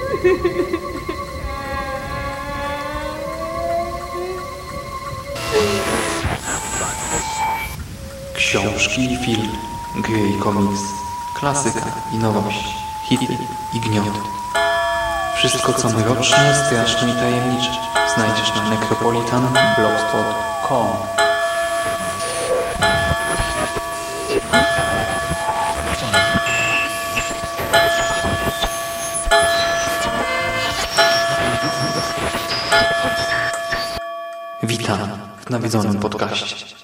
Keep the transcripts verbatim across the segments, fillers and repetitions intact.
Książki i film, gry i komiks, klasyka i nowość, hity i gniot. Wszystko co mroczne, straszne i tajemnicze znajdziesz na necropolitan blogspot kropka com. Witam w nawiedzonym podcaście.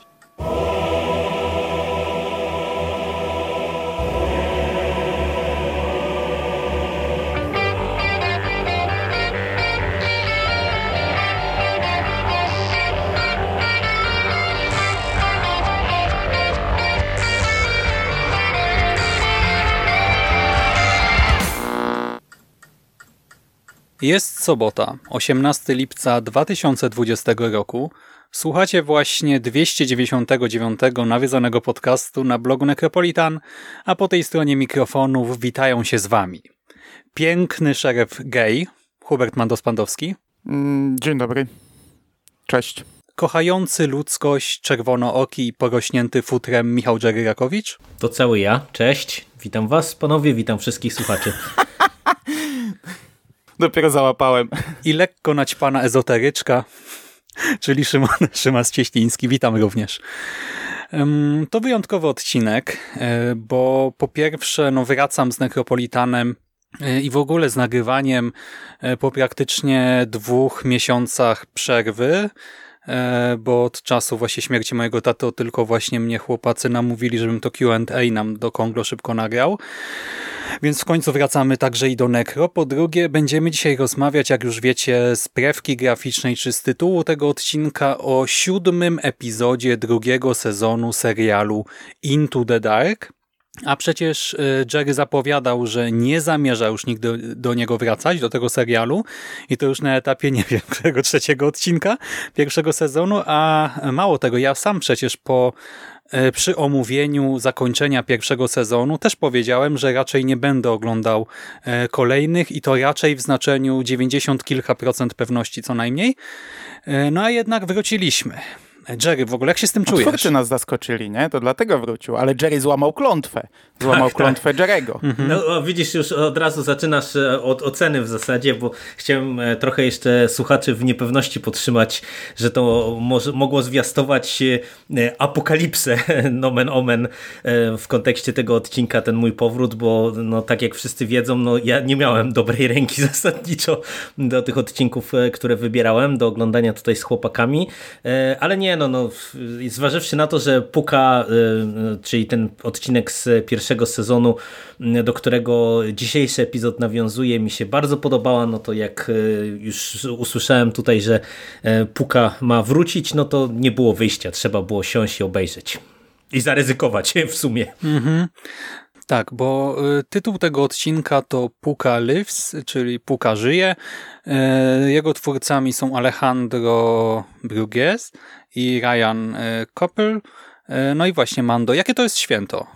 Jest sobota, osiemnastego lipca dwa tysiące dwudziestego roku. Słuchacie właśnie dwieście dziewięćdziesiątego dziewiątego nawiedzonego podcastu na blogu Necropolitan, a po tej stronie mikrofonów witają się z wami piękny szeryf gay, Hubert Mandos-Pandowski. Dzień dobry. Cześć. Kochający ludzkość, czerwonooki i porośnięty futrem Michał Dżery-Rakowicz. To cały ja. Cześć. Witam was, panowie, witam wszystkich słuchaczy. Dopiero załapałem. I lekko naćpana ezoteryczka, czyli Szymon Szymas-Cieśliński. Witam również. To wyjątkowy odcinek, bo po pierwsze no wracam z Necropolitanem i w ogóle z nagrywaniem po praktycznie dwóch miesiącach przerwy, bo od czasu właśnie śmierci mojego taty tylko właśnie mnie chłopacy namówili, żebym to Q and A nam do Konglo szybko nagrał. Więc w końcu wracamy także i do Necro. Po drugie, będziemy dzisiaj rozmawiać, jak już wiecie, z prewki graficznej czy z tytułu tego odcinka o siódmym epizodzie drugiego sezonu serialu Into the Dark. A przecież Jerry zapowiadał, że nie zamierza już nigdy do niego wracać, do tego serialu. I to już na etapie, nie wiem, którego trzeciego odcinka pierwszego sezonu. A mało tego, ja sam przecież po przy omówieniu zakończenia pierwszego sezonu też powiedziałem, że raczej nie będę oglądał kolejnych i to raczej w znaczeniu dziewięćdziesiąt kilka procent pewności co najmniej. No a jednak wróciliśmy. Jerry, w ogóle jak się z tym czujesz? Twórcy nas zaskoczyli, nie? To dlatego wrócił, ale Jerry złamał klątwę. Złamał tak, klątwę tak. Jerry'ego. Mhm. No widzisz, już od razu zaczynasz od oceny w zasadzie, bo chciałem trochę jeszcze słuchaczy w niepewności podtrzymać, że to może, mogło zwiastować apokalipsę, nomen omen, w kontekście tego odcinka, ten mój powrót, bo no, tak jak wszyscy wiedzą, no, ja nie miałem dobrej ręki zasadniczo do tych odcinków, które wybierałem, do oglądania tutaj z chłopakami, ale nie, no, no zważywszy na to, że Puka, czyli ten odcinek z pierwszego sezonu, do którego dzisiejszy epizod nawiązuje, mi się bardzo podobała, no to jak już usłyszałem tutaj, że Puka ma wrócić, no to nie było wyjścia, trzeba było siąść i obejrzeć. I zaryzykować w sumie. Mhm. Tak, bo tytuł tego odcinka to Puka Lives, czyli Puka żyje. Jego twórcami są Alejandro Brugués i Ryan Coppel. No i właśnie, Mando, jakie to jest święto?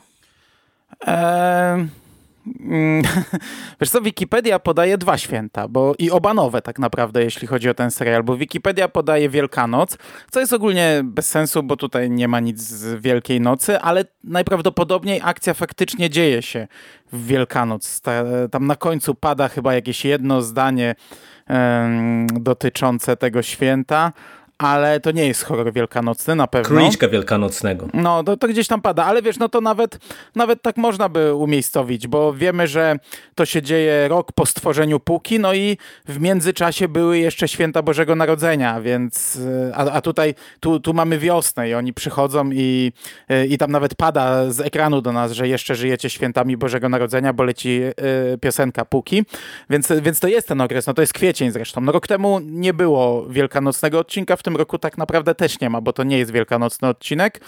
Eee... Wiesz co, Wikipedia podaje dwa święta, bo i oba nowe tak naprawdę, jeśli chodzi o ten serial, bo Wikipedia podaje Wielkanoc, co jest ogólnie bez sensu, bo tutaj nie ma nic z Wielkiej Nocy, ale najprawdopodobniej akcja faktycznie dzieje się w Wielkanoc. Ta, tam na końcu pada chyba jakieś jedno zdanie um, dotyczące tego święta, ale to nie jest horror wielkanocny na pewno. Króliczka wielkanocnego. No, to, to gdzieś tam pada, ale wiesz, no to nawet, nawet tak można by umiejscowić, bo wiemy, że to się dzieje rok po stworzeniu Puki, no i w międzyczasie były jeszcze święta Bożego Narodzenia, więc, a, a tutaj, tu, tu mamy wiosnę i oni przychodzą i, i tam nawet pada z ekranu do nas, że jeszcze żyjecie świętami Bożego Narodzenia, bo leci y, piosenka Puki, więc, więc to jest ten okres, no to jest kwiecień zresztą. No rok temu nie było wielkanocnego odcinka, w tym roku tak naprawdę też nie ma, bo to nie jest wielkanocny odcinek.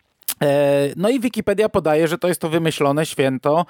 No i Wikipedia podaje, że to jest to wymyślone święto,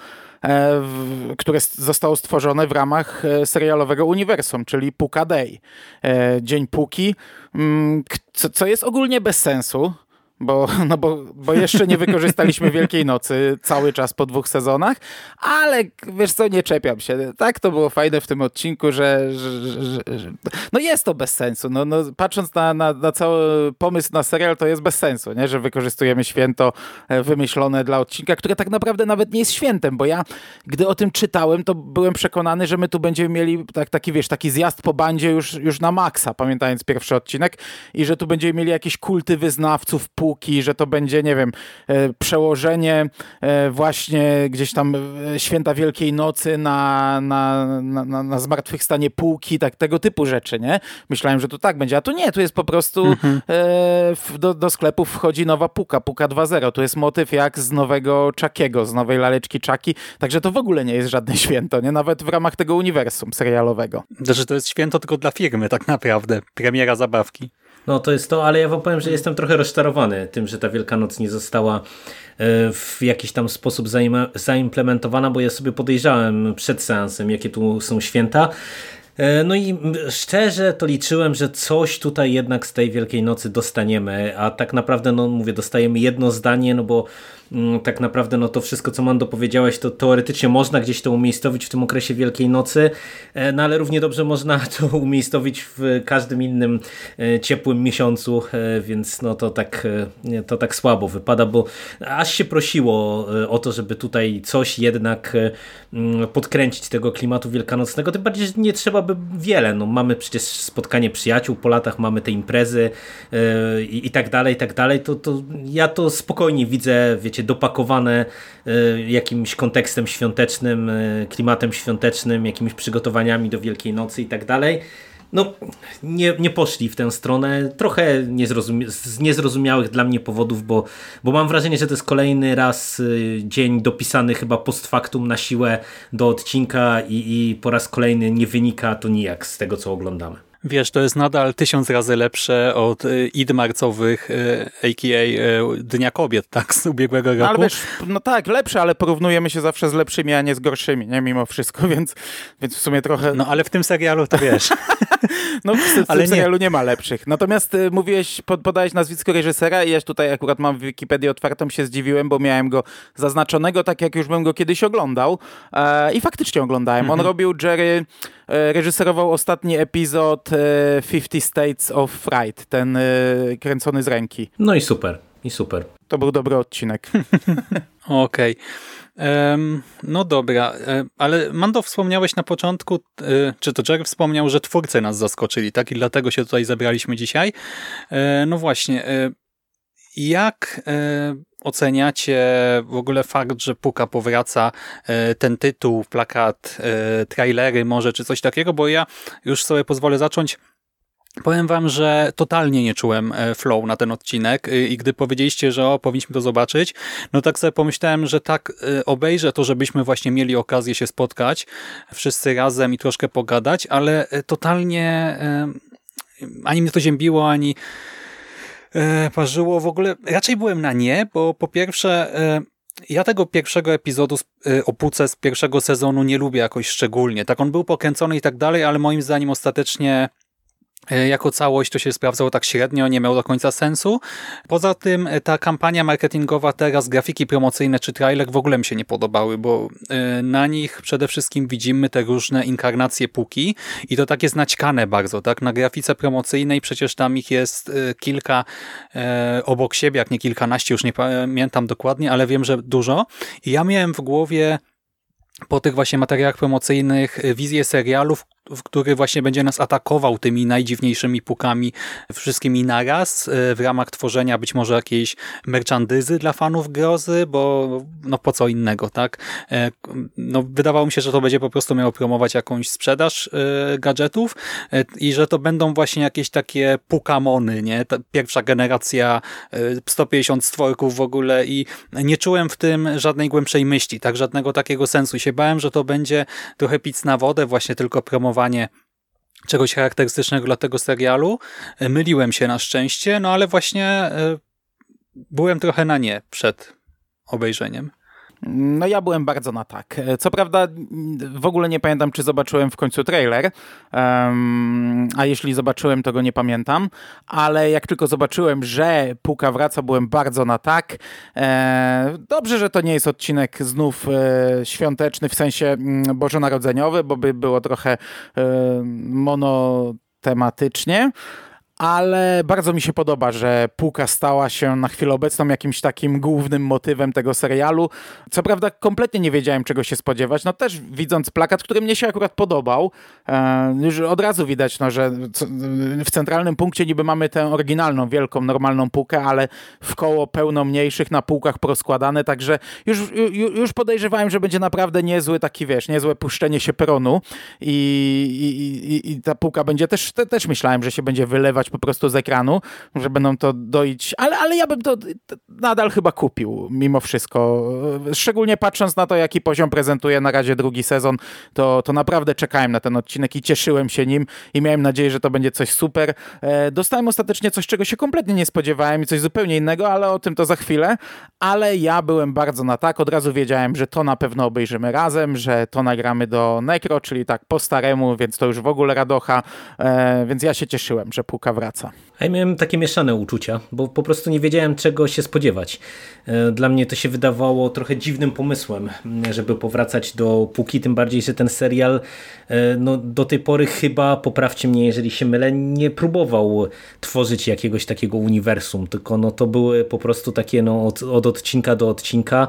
które zostało stworzone w ramach serialowego uniwersum, czyli Puka Day. Dzień Puki, co jest ogólnie bez sensu, Bo, no bo, bo jeszcze nie wykorzystaliśmy Wielkiej Nocy cały czas po dwóch sezonach, ale wiesz co, nie czepiam się. Tak to było fajne w tym odcinku, że, że, że, że no jest to bez sensu. No, no, patrząc na, na, na cały pomysł na serial, to jest bez sensu, nie? Że wykorzystujemy święto wymyślone dla odcinka, które tak naprawdę nawet nie jest świętem, bo ja, gdy o tym czytałem, to byłem przekonany, że my tu będziemy mieli tak, taki, wiesz, taki zjazd po bandzie już, już na maksa, pamiętając pierwszy odcinek, i że tu będziemy mieli jakieś kulty wyznawców póki, że to będzie, nie wiem, e, przełożenie e, właśnie gdzieś tam e, święta Wielkiej Nocy na, na, na, na, na zmartwychwstanie półki, tak tego typu rzeczy, nie? Myślałem, że to tak będzie, a tu nie, tu jest po prostu mhm. e, w, do, do sklepów wchodzi nowa Puka, Puka dwa zero, tu jest motyw jak z nowego Chuckiego, z nowej laleczki Chucky, także to w ogóle nie jest żadne święto, nie? Nawet w ramach tego uniwersum serialowego. Że to jest święto tylko dla firmy tak naprawdę, premiera zabawki. No to jest to, ale ja wam powiem, że jestem trochę rozczarowany tym, że ta Wielkanoc nie została w jakiś tam sposób zaimplementowana, bo ja sobie podejrzałem przed seansem, jakie tu są święta. No i szczerze to liczyłem, że coś tutaj jednak z tej Wielkiej Nocy dostaniemy, a tak naprawdę, no mówię, dostajemy jedno zdanie, no bo mm, tak naprawdę no to wszystko, co Mando powiedziałeś, to teoretycznie można gdzieś to umiejscowić w tym okresie Wielkiej Nocy, no ale równie dobrze można to umiejscowić w każdym innym e, ciepłym miesiącu, e, więc no to tak, e, to tak słabo wypada, bo aż się prosiło o to, żeby tutaj coś jednak e, podkręcić tego klimatu wielkanocnego, tym bardziej, że nie trzeba by wiele, no mamy przecież spotkanie przyjaciół po latach, mamy te imprezy yy, i, i tak dalej, i tak dalej, to, to ja to spokojnie widzę, wiecie, dopakowane yy, jakimś kontekstem świątecznym, yy, klimatem świątecznym, jakimiś przygotowaniami do Wielkiej Nocy i tak dalej. No, nie, nie poszli w tę stronę, trochę niezrozumia- z niezrozumiałych dla mnie powodów, bo, bo mam wrażenie, że to jest kolejny raz y, dzień dopisany chyba post factum na siłę do odcinka i, i po raz kolejny nie wynika to nijak z tego, co oglądamy. Wiesz, to jest nadal tysiąc razy lepsze od id marcowych, a k a. Dnia Kobiet, tak, z ubiegłego roku. Ale wiesz, no tak, lepsze, ale porównujemy się zawsze z lepszymi, a nie z gorszymi, nie, mimo wszystko, więc, więc w sumie trochę... No ale w tym serialu to wiesz. No w, w ale tym serialu nie. nie ma lepszych. Natomiast y, mówiłeś, pod, podałeś nazwisko reżysera i ja tutaj akurat mam w Wikipedii otwartą, się zdziwiłem, bo miałem go zaznaczonego, tak jak już bym go kiedyś oglądał e, i faktycznie oglądałem. Mhm. On robił Jerry, e, reżyserował ostatni epizod e, fifty States of Fright, ten e, kręcony z ręki. No i super, i super. To był dobry odcinek. Okej. Um, no dobra, ale Mando, wspomniałeś na początku, czy to Jerry wspomniał, że twórcy nas zaskoczyli, tak? I dlatego się tutaj zebraliśmy dzisiaj. No właśnie, jak oceniacie w ogóle fakt, że Puka powraca, ten tytuł, plakat, trailery może, czy coś takiego, bo ja już sobie pozwolę zacząć. Powiem wam, że totalnie nie czułem flow na ten odcinek i gdy powiedzieliście, że o, powinniśmy to zobaczyć, no tak sobie pomyślałem, że tak obejrzę to, żebyśmy właśnie mieli okazję się spotkać wszyscy razem i troszkę pogadać, ale totalnie ani mnie to ziębiło, ani parzyło w ogóle. Raczej byłem na nie, bo po pierwsze ja tego pierwszego epizodu o Puce z pierwszego sezonu nie lubię jakoś szczególnie. Tak, on był pokręcony i tak dalej, ale moim zdaniem ostatecznie jako całość to się sprawdzało tak średnio, nie miało do końca sensu. Poza tym ta kampania marketingowa teraz, grafiki promocyjne czy trailer w ogóle mi się nie podobały, bo na nich przede wszystkim widzimy te różne inkarnacje Puki i to takie znaćkane bardzo, tak? Na grafice promocyjnej przecież tam ich jest kilka e, obok siebie, jak nie kilkanaście, już nie pamiętam dokładnie, ale wiem, że dużo. I ja miałem w głowie po tych właśnie materiałach promocyjnych wizję serialów, w który właśnie będzie nas atakował tymi najdziwniejszymi pukami wszystkimi naraz w ramach tworzenia być może jakiejś merchandyzy dla fanów grozy, bo no po co innego, tak? No wydawało mi się, że to będzie po prostu miało promować jakąś sprzedaż gadżetów i że to będą właśnie jakieś takie pukamony, nie? Ta pierwsza generacja, sto pięćdziesiąt stworków w ogóle i nie czułem w tym żadnej głębszej myśli, tak? Żadnego takiego sensu i się bałem, że to będzie trochę pic na wodę, właśnie tylko promowanie czegoś charakterystycznego dla tego serialu. Myliłem się na szczęście, no ale właśnie byłem trochę na nie przed obejrzeniem. No ja byłem bardzo na tak. Co prawda w ogóle nie pamiętam, czy zobaczyłem w końcu trailer, um, a jeśli zobaczyłem, to go nie pamiętam, ale jak tylko zobaczyłem, że Puka wraca, byłem bardzo na tak. E, dobrze, że to nie jest odcinek znów e, świąteczny, w sensie mm, bożonarodzeniowy, bo by było trochę e, monotematycznie. Ale bardzo mi się podoba, że Puka stała się na chwilę obecną jakimś takim głównym motywem tego serialu. Co prawda kompletnie nie wiedziałem, czego się spodziewać. No też widząc plakat, który mnie się akurat podobał, e, już od razu widać, no, że w centralnym punkcie niby mamy tę oryginalną, wielką, normalną Pukę, ale w koło pełno mniejszych na półkach porozkładane, także już, już, już podejrzewałem, że będzie naprawdę niezły taki, wiesz, niezłe puszczenie się peronu i, i, i, i ta Puka będzie też, te, też myślałem, że się będzie wylewać po prostu z ekranu, że będą to doić, ale, ale ja bym to nadal chyba kupił mimo wszystko. Szczególnie patrząc na to, jaki poziom prezentuje na razie drugi sezon, to, to naprawdę czekałem na ten odcinek i cieszyłem się nim i miałem nadzieję, że to będzie coś super. E, dostałem ostatecznie coś, czego się kompletnie nie spodziewałem i coś zupełnie innego, ale o tym to za chwilę. Ale ja byłem bardzo na tak. Od razu wiedziałem, że to na pewno obejrzymy razem, że to nagramy do Necro, czyli tak po staremu, więc to już w ogóle radocha. E, więc ja się cieszyłem, że Puka wraca. A ja miałem takie mieszane uczucia, bo po prostu nie wiedziałem, czego się spodziewać. Dla mnie to się wydawało trochę dziwnym pomysłem, żeby powracać do Puki, tym bardziej, że ten serial no, do tej pory chyba, poprawcie mnie, jeżeli się mylę, nie próbował tworzyć jakiegoś takiego uniwersum, tylko no, to były po prostu takie no, od, od odcinka do odcinka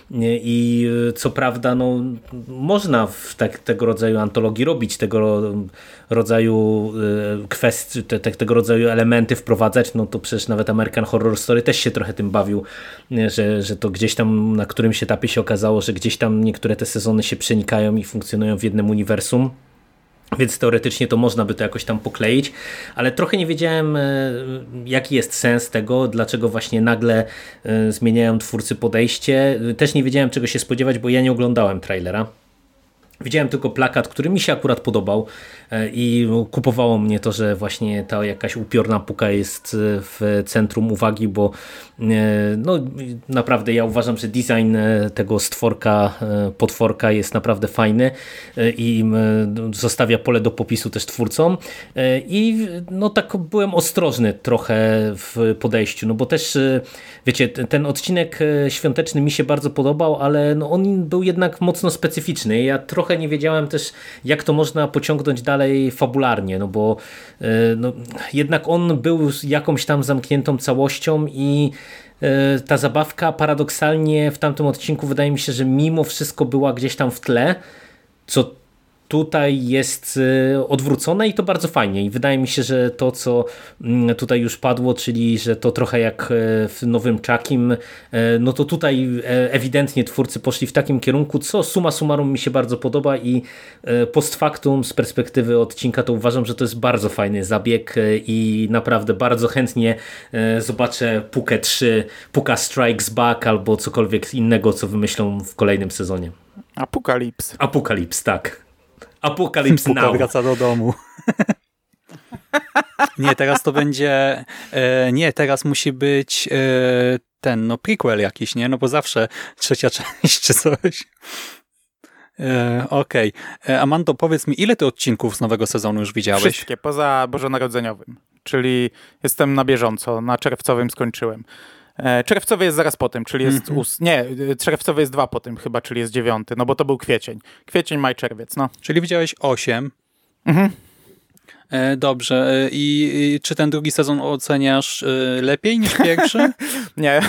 i co prawda no, można w tak, tego rodzaju antologii robić tego rodzaju kwestii, te, te, tego rodzaju elementy wprowadzać, no to przecież nawet American Horror Story też się trochę tym bawił, że, że to gdzieś tam na którymś etapie się okazało, że gdzieś tam niektóre te sezony się przenikają i funkcjonują w jednym uniwersum. Więc teoretycznie to można by to jakoś tam pokleić, ale trochę nie wiedziałem, jaki jest sens tego, dlaczego właśnie nagle zmieniają twórcy podejście. Też nie wiedziałem, czego się spodziewać, bo ja nie oglądałem trailera. Widziałem tylko plakat, który mi się akurat podobał i kupowało mnie to, że właśnie ta jakaś upiorna Puka jest w centrum uwagi, bo no naprawdę ja uważam, że design tego stworka, potworka jest naprawdę fajny i zostawia pole do popisu też twórcom i no tak byłem ostrożny trochę w podejściu, no bo też wiecie, ten odcinek świąteczny mi się bardzo podobał, ale no on był jednak mocno specyficzny. Ja trochę nie wiedziałem też, jak to można pociągnąć dalej fabularnie, no bo no, jednak on był jakąś tam zamkniętą całością i ta zabawka paradoksalnie w tamtym odcinku wydaje mi się, że mimo wszystko była gdzieś tam w tle, co tutaj jest odwrócone i to bardzo fajnie i wydaje mi się, że to co tutaj już padło, czyli że to trochę jak w nowym Chuckim, no to tutaj ewidentnie twórcy poszli w takim kierunku, co summa summarum mi się bardzo podoba i post factum z perspektywy odcinka to uważam, że to jest bardzo fajny zabieg i naprawdę bardzo chętnie zobaczę Pukę trzy, Puka Strikes Back albo cokolwiek innego, co wymyślą w kolejnym sezonie. Apokalips. Apokalips, tak. Apokalips Puka Now. wraca do domu. Nie, teraz to będzie... E, nie, teraz musi być e, ten, no prequel jakiś, nie? No bo zawsze trzecia część czy coś. E, Okej. Okay. Amando, powiedz mi, ile ty odcinków z nowego sezonu już widziałeś? Wszystkie, poza bożonarodzeniowym. Czyli jestem na bieżąco, na czerwcowym skończyłem. Czerwcowy jest zaraz po tym, czyli jest mm-hmm. ós... Nie, czerwcowy jest dwa po tym chyba, czyli jest dziewiąty, no bo to był kwiecień. Kwiecień, maj, czerwiec, no. Czyli widziałeś osiem. Mhm. E, dobrze. I, I czy ten drugi sezon oceniasz e, lepiej niż pierwszy? Nie.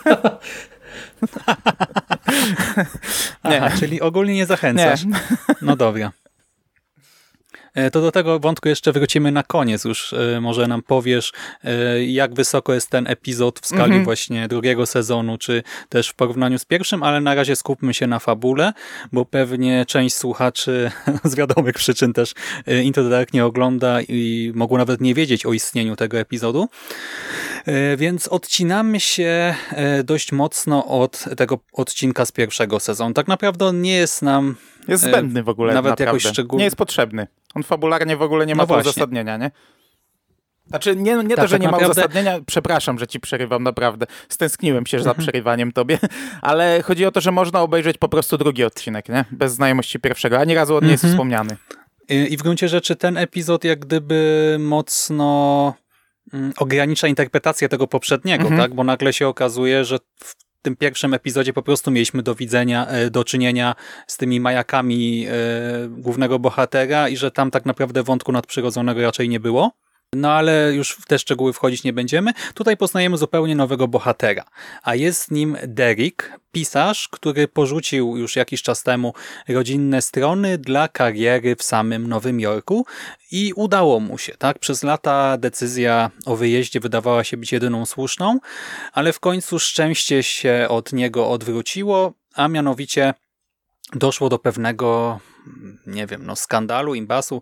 Aha, czyli ogólnie nie zachęcasz. Nie. No dobra. To do tego wątku jeszcze wrócimy na koniec. Już może nam powiesz, jak wysoko jest ten epizod w skali mm-hmm. właśnie drugiego sezonu, czy też w porównaniu z pierwszym, ale na razie skupmy się na fabule, bo pewnie część słuchaczy z wiadomych przyczyn też Into the Dark nie ogląda i mogą nawet nie wiedzieć o istnieniu tego epizodu. Więc odcinamy się dość mocno od tego odcinka z pierwszego sezonu. Tak naprawdę on nie jest nam... Jest zbędny w ogóle. Nawet naprawdę. jakoś szczególnie. Nie jest potrzebny. On fabularnie w ogóle nie ma no uzasadnienia, nie? Znaczy nie, nie tak, to, że tak nie naprawdę... ma uzasadnienia, przepraszam, że ci przerywam, naprawdę. Stęskniłem się za przerywaniem tobie, ale chodzi o to, że można obejrzeć po prostu drugi odcinek, nie? Bez znajomości pierwszego. Ani razu on nie jest wspomniany. I w gruncie rzeczy ten epizod jak gdyby mocno mm, ogranicza interpretację tego poprzedniego, Mhm. tak? Bo nagle się okazuje, że w tym pierwszym epizodzie po prostu mieliśmy do widzenia, e, do czynienia z tymi majakami e, głównego bohatera i że tam tak naprawdę wątku nadprzyrodzonego raczej nie było. No ale już w te szczegóły wchodzić nie będziemy. Tutaj poznajemy zupełnie nowego bohatera, a jest nim Derek, pisarz, który porzucił już jakiś czas temu rodzinne strony dla kariery w samym Nowym Jorku i udało mu się, tak? Przez lata decyzja o wyjeździe wydawała się być jedyną słuszną, ale w końcu szczęście się od niego odwróciło, a mianowicie doszło do pewnego, nie wiem, no skandalu, imbasu.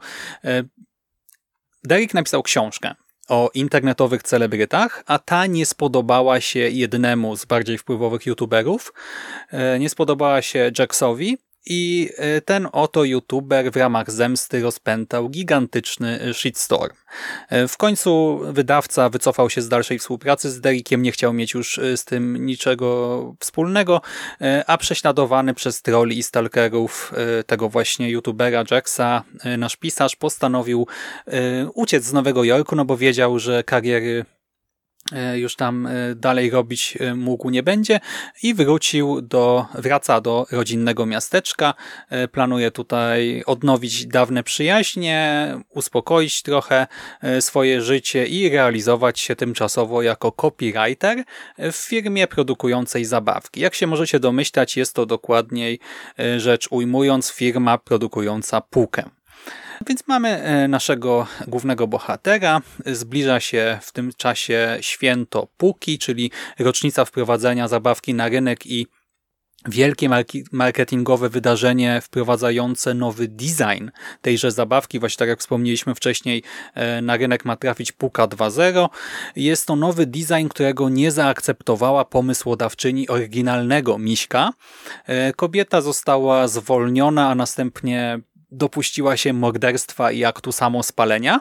Derek napisał książkę o internetowych celebrytach, a ta nie spodobała się jednemu z bardziej wpływowych youtuberów. Nie spodobała się Jacksowi i ten oto youtuber w ramach zemsty rozpętał gigantyczny shitstorm. W końcu wydawca wycofał się z dalszej współpracy z Derekiem, nie chciał mieć już z tym niczego wspólnego, a prześladowany przez trolli i stalkerów tego właśnie youtubera Jacksa, nasz pisarz postanowił uciec z Nowego Jorku, no bo wiedział, że kariery już tam dalej robić mógł nie będzie i wrócił do, wraca do rodzinnego miasteczka. Planuje tutaj odnowić dawne przyjaźnie, uspokoić trochę swoje życie i realizować się tymczasowo jako copywriter w firmie produkującej zabawki. Jak się możecie domyślać, jest to dokładniej rzecz ujmując firma produkująca półkę. Więc mamy naszego głównego bohatera. Zbliża się w tym czasie święto Póki, czyli rocznica wprowadzenia zabawki na rynek i wielkie marketingowe wydarzenie wprowadzające nowy design tejże zabawki. Właśnie tak jak wspomnieliśmy wcześniej, na rynek ma trafić Puka dwa zero. Jest to nowy design, którego nie zaakceptowała pomysłodawczyni oryginalnego Miśka. Kobieta została zwolniona, a następnie dopuściła się morderstwa i aktu samospalenia.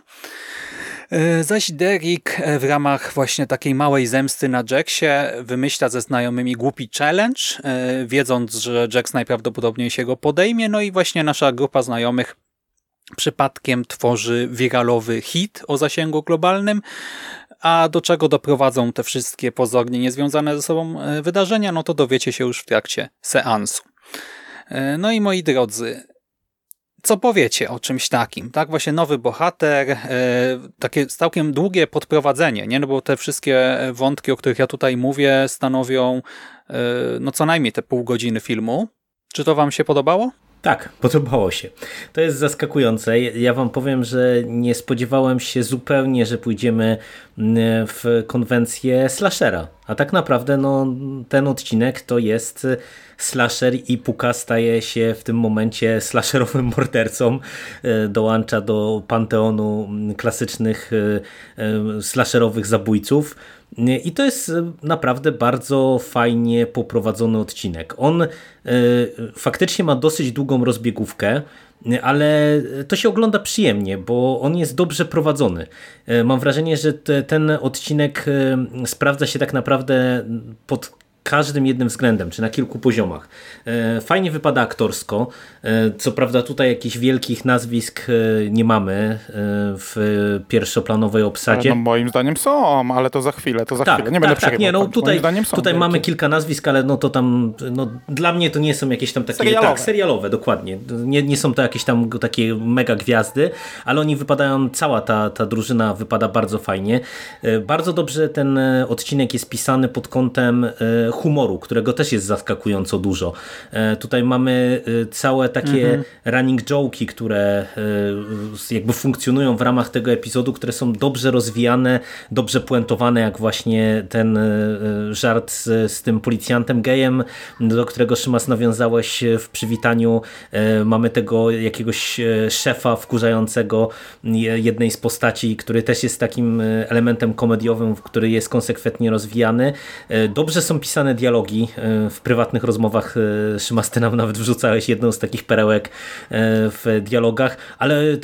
Zaś Derek w ramach właśnie takiej małej zemsty na Jacksie wymyśla ze znajomymi głupi challenge, wiedząc, że Jax najprawdopodobniej się go podejmie, no i właśnie nasza grupa znajomych przypadkiem tworzy wiralowy hit o zasięgu globalnym. A do czego doprowadzą te wszystkie pozornie niezwiązane ze sobą wydarzenia, no to dowiecie się już w trakcie seansu. No i moi drodzy, co powiecie o czymś takim? Tak, właśnie nowy bohater, e, takie całkiem długie podprowadzenie, nie? No bo te wszystkie wątki, o których ja tutaj mówię, stanowią e, no co najmniej te pół godziny filmu. Czy to wam się podobało? Tak, podobało się. To jest zaskakujące. Ja wam powiem, że nie spodziewałem się zupełnie, że pójdziemy w konwencję slashera. A tak naprawdę no, ten odcinek to jest slasher i Puka staje się w tym momencie slasherowym mordercą. Dołącza do panteonu klasycznych slasherowych zabójców. I to jest naprawdę bardzo fajnie poprowadzony odcinek. On y, faktycznie ma dosyć długą rozbiegówkę, ale to się ogląda przyjemnie, bo on jest dobrze prowadzony. Mam wrażenie, że te, ten odcinek sprawdza się tak naprawdę pod każdym jednym względem, czy na kilku poziomach. Fajnie wypada aktorsko. Co prawda tutaj jakichś wielkich nazwisk nie mamy w pierwszoplanowej obsadzie. No, moim zdaniem są, ale to za chwilę, to za tak, chwilę. Nie tak, będę tak, nie, no tutaj, są tutaj mamy wielkie. kilka nazwisk, ale no to tam, no dla mnie to nie są jakieś tam takie, serialowe. tak, serialowe, dokładnie. Nie, nie są to jakieś tam takie mega gwiazdy, ale oni wypadają, cała ta, ta drużyna wypada bardzo fajnie. Bardzo dobrze ten odcinek jest pisany pod kątem humoru, którego też jest zaskakująco dużo. Tutaj mamy całe takie mhm. running joke'i, które jakby funkcjonują w ramach tego epizodu, które są dobrze rozwijane, dobrze puentowane, jak właśnie ten żart z, z tym policjantem gejem, do którego Szymas nawiązałeś w przywitaniu. Mamy tego jakiegoś szefa wkurzającego jednej z postaci, który też jest takim elementem komediowym, który jest konsekwentnie rozwijany. Dobrze są pisane dialogi. W prywatnych rozmowach Szymas, ty nam nawet wrzucałeś jedną z takich perełek w dialogach, ale, ale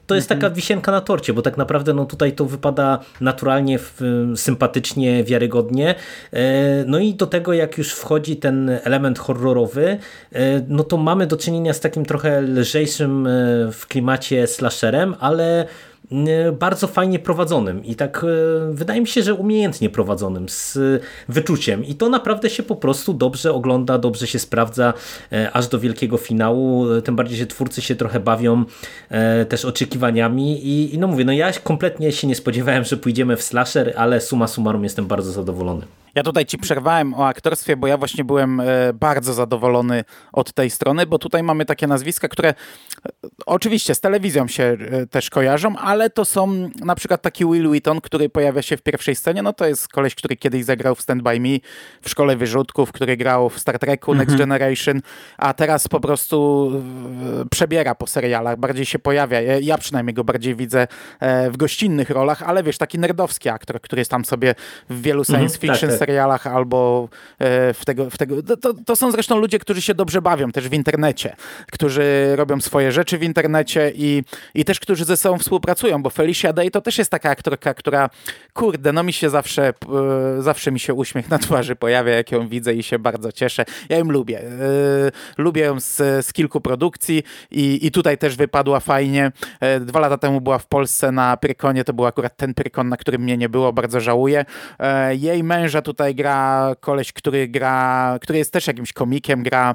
to jest taka wisienka na torcie, bo tak naprawdę no tutaj to wypada naturalnie, sympatycznie, wiarygodnie. No i do tego jak już wchodzi ten element horrorowy, no to mamy do czynienia z takim trochę lżejszym w klimacie slasherem, ale bardzo fajnie prowadzonym i tak wydaje mi się, że umiejętnie prowadzonym, z wyczuciem i to naprawdę się po prostu dobrze ogląda, dobrze się sprawdza aż do wielkiego finału, tym bardziej, że twórcy się trochę bawią też oczekiwaniami i, i no mówię, no ja kompletnie się nie spodziewałem, że pójdziemy w slasher, ale summa summarum jestem bardzo zadowolony. Ja tutaj ci przerwałem o aktorstwie, bo ja właśnie byłem bardzo zadowolony od tej strony, bo tutaj mamy takie nazwiska, które oczywiście z telewizją się też kojarzą, ale to są na przykład taki Will Wheaton, który pojawia się w pierwszej scenie, no to jest koleś, który kiedyś zagrał w Stand By Me, w Szkole Wyrzutków, który grał w Star Treku Next mhm. Generation, a teraz po prostu przebiera po serialach, bardziej się pojawia. Ja przynajmniej go bardziej widzę w gościnnych rolach, ale wiesz, taki nerdowski aktor, który jest tam sobie w wielu science mhm, fiction tak, tak. serialach albo w tego... W tego to, to są zresztą ludzie, którzy się dobrze bawią też w internecie, którzy robią swoje rzeczy w internecie i, i też którzy ze sobą współpracują, bo Felicia Day to też jest taka aktorka, która kurde, no mi się zawsze zawsze mi się uśmiech na twarzy pojawia, jak ją widzę i się bardzo cieszę. Ja ją lubię. Lubię ją z, z kilku produkcji i, i tutaj też wypadła fajnie. Dwa lata temu była w Polsce na Pyrkonie, to był akurat ten Pyrkon, na którym mnie nie było, bardzo żałuję. Jej męża tutaj gra koleś, który gra, który jest też jakimś komikiem, gra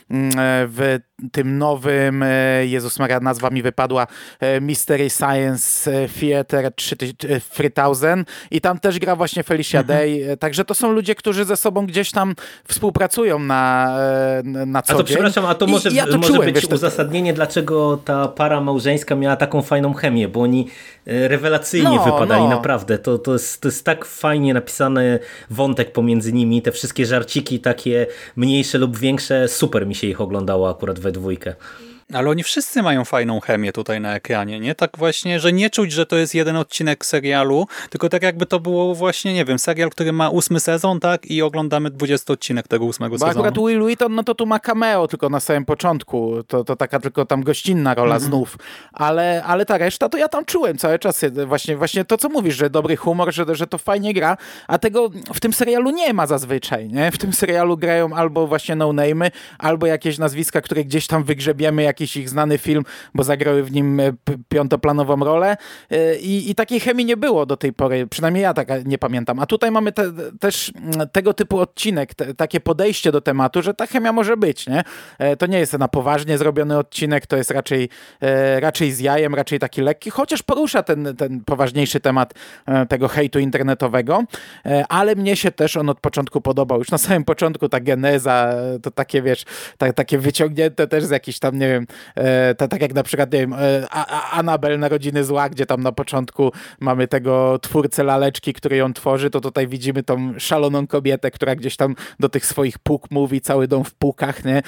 w tym nowym, Jezus Maria, nazwa mi wypadła, Mystery Science Theater trzy tysiące i tam też gra właśnie Felicia mhm. Day, także to są ludzie, którzy ze sobą gdzieś tam współpracują na, na co dzień. A to dzień. przepraszam, a to może, ja to może czułem, być wiesz, uzasadnienie, to... dlaczego ta para małżeńska miała taką fajną chemię, bo oni rewelacyjnie no, wypadali, no. naprawdę. To, to, jest, to jest tak fajnie napisany wątek pomiędzy nimi, te wszystkie żarciki takie mniejsze lub większe, super mi się ich oglądało akurat we dwójkę. Ale oni wszyscy mają fajną chemię tutaj na ekranie, nie? Tak właśnie, że nie czuć, że to jest jeden odcinek serialu, tylko tak jakby to było właśnie, nie wiem, serial, który ma ósmy sezon, tak? I oglądamy dwudziesty odcinek tego ósmego Bo sezonu. akurat Will Wheaton, no to tu ma cameo tylko na samym początku. To, to taka tylko tam gościnna rola mm-hmm. znów. Ale, ale ta reszta, to ja tam czułem cały czas właśnie, właśnie to, co mówisz, że dobry humor, że, że to fajnie gra, a tego w tym serialu nie ma zazwyczaj, nie? W tym serialu grają albo właśnie no-name'y, albo jakieś nazwiska, które gdzieś tam wygrzebiemy, jakiś ich znany film, bo zagrały w nim piątoplanową rolę i, i takiej chemii nie było do tej pory, przynajmniej ja tak nie pamiętam. A tutaj mamy te, też tego typu odcinek, te, takie podejście do tematu, że ta chemia może być, nie? To nie jest na poważnie zrobiony odcinek, to jest raczej, raczej z jajem, raczej taki lekki, chociaż porusza ten, ten poważniejszy temat tego hejtu internetowego, ale mnie się też on od początku podobał. Już na samym początku ta geneza, to takie, wiesz, ta, takie wyciągnięte też z jakichś tam, nie wiem, to, tak jak na przykład, nie wiem, Annabelle Narodziny Zła, gdzie tam na początku mamy tego twórcę laleczki, który ją tworzy, to tutaj widzimy tą szaloną kobietę, która gdzieś tam do tych swoich puk mówi, cały dom w pukach, nie?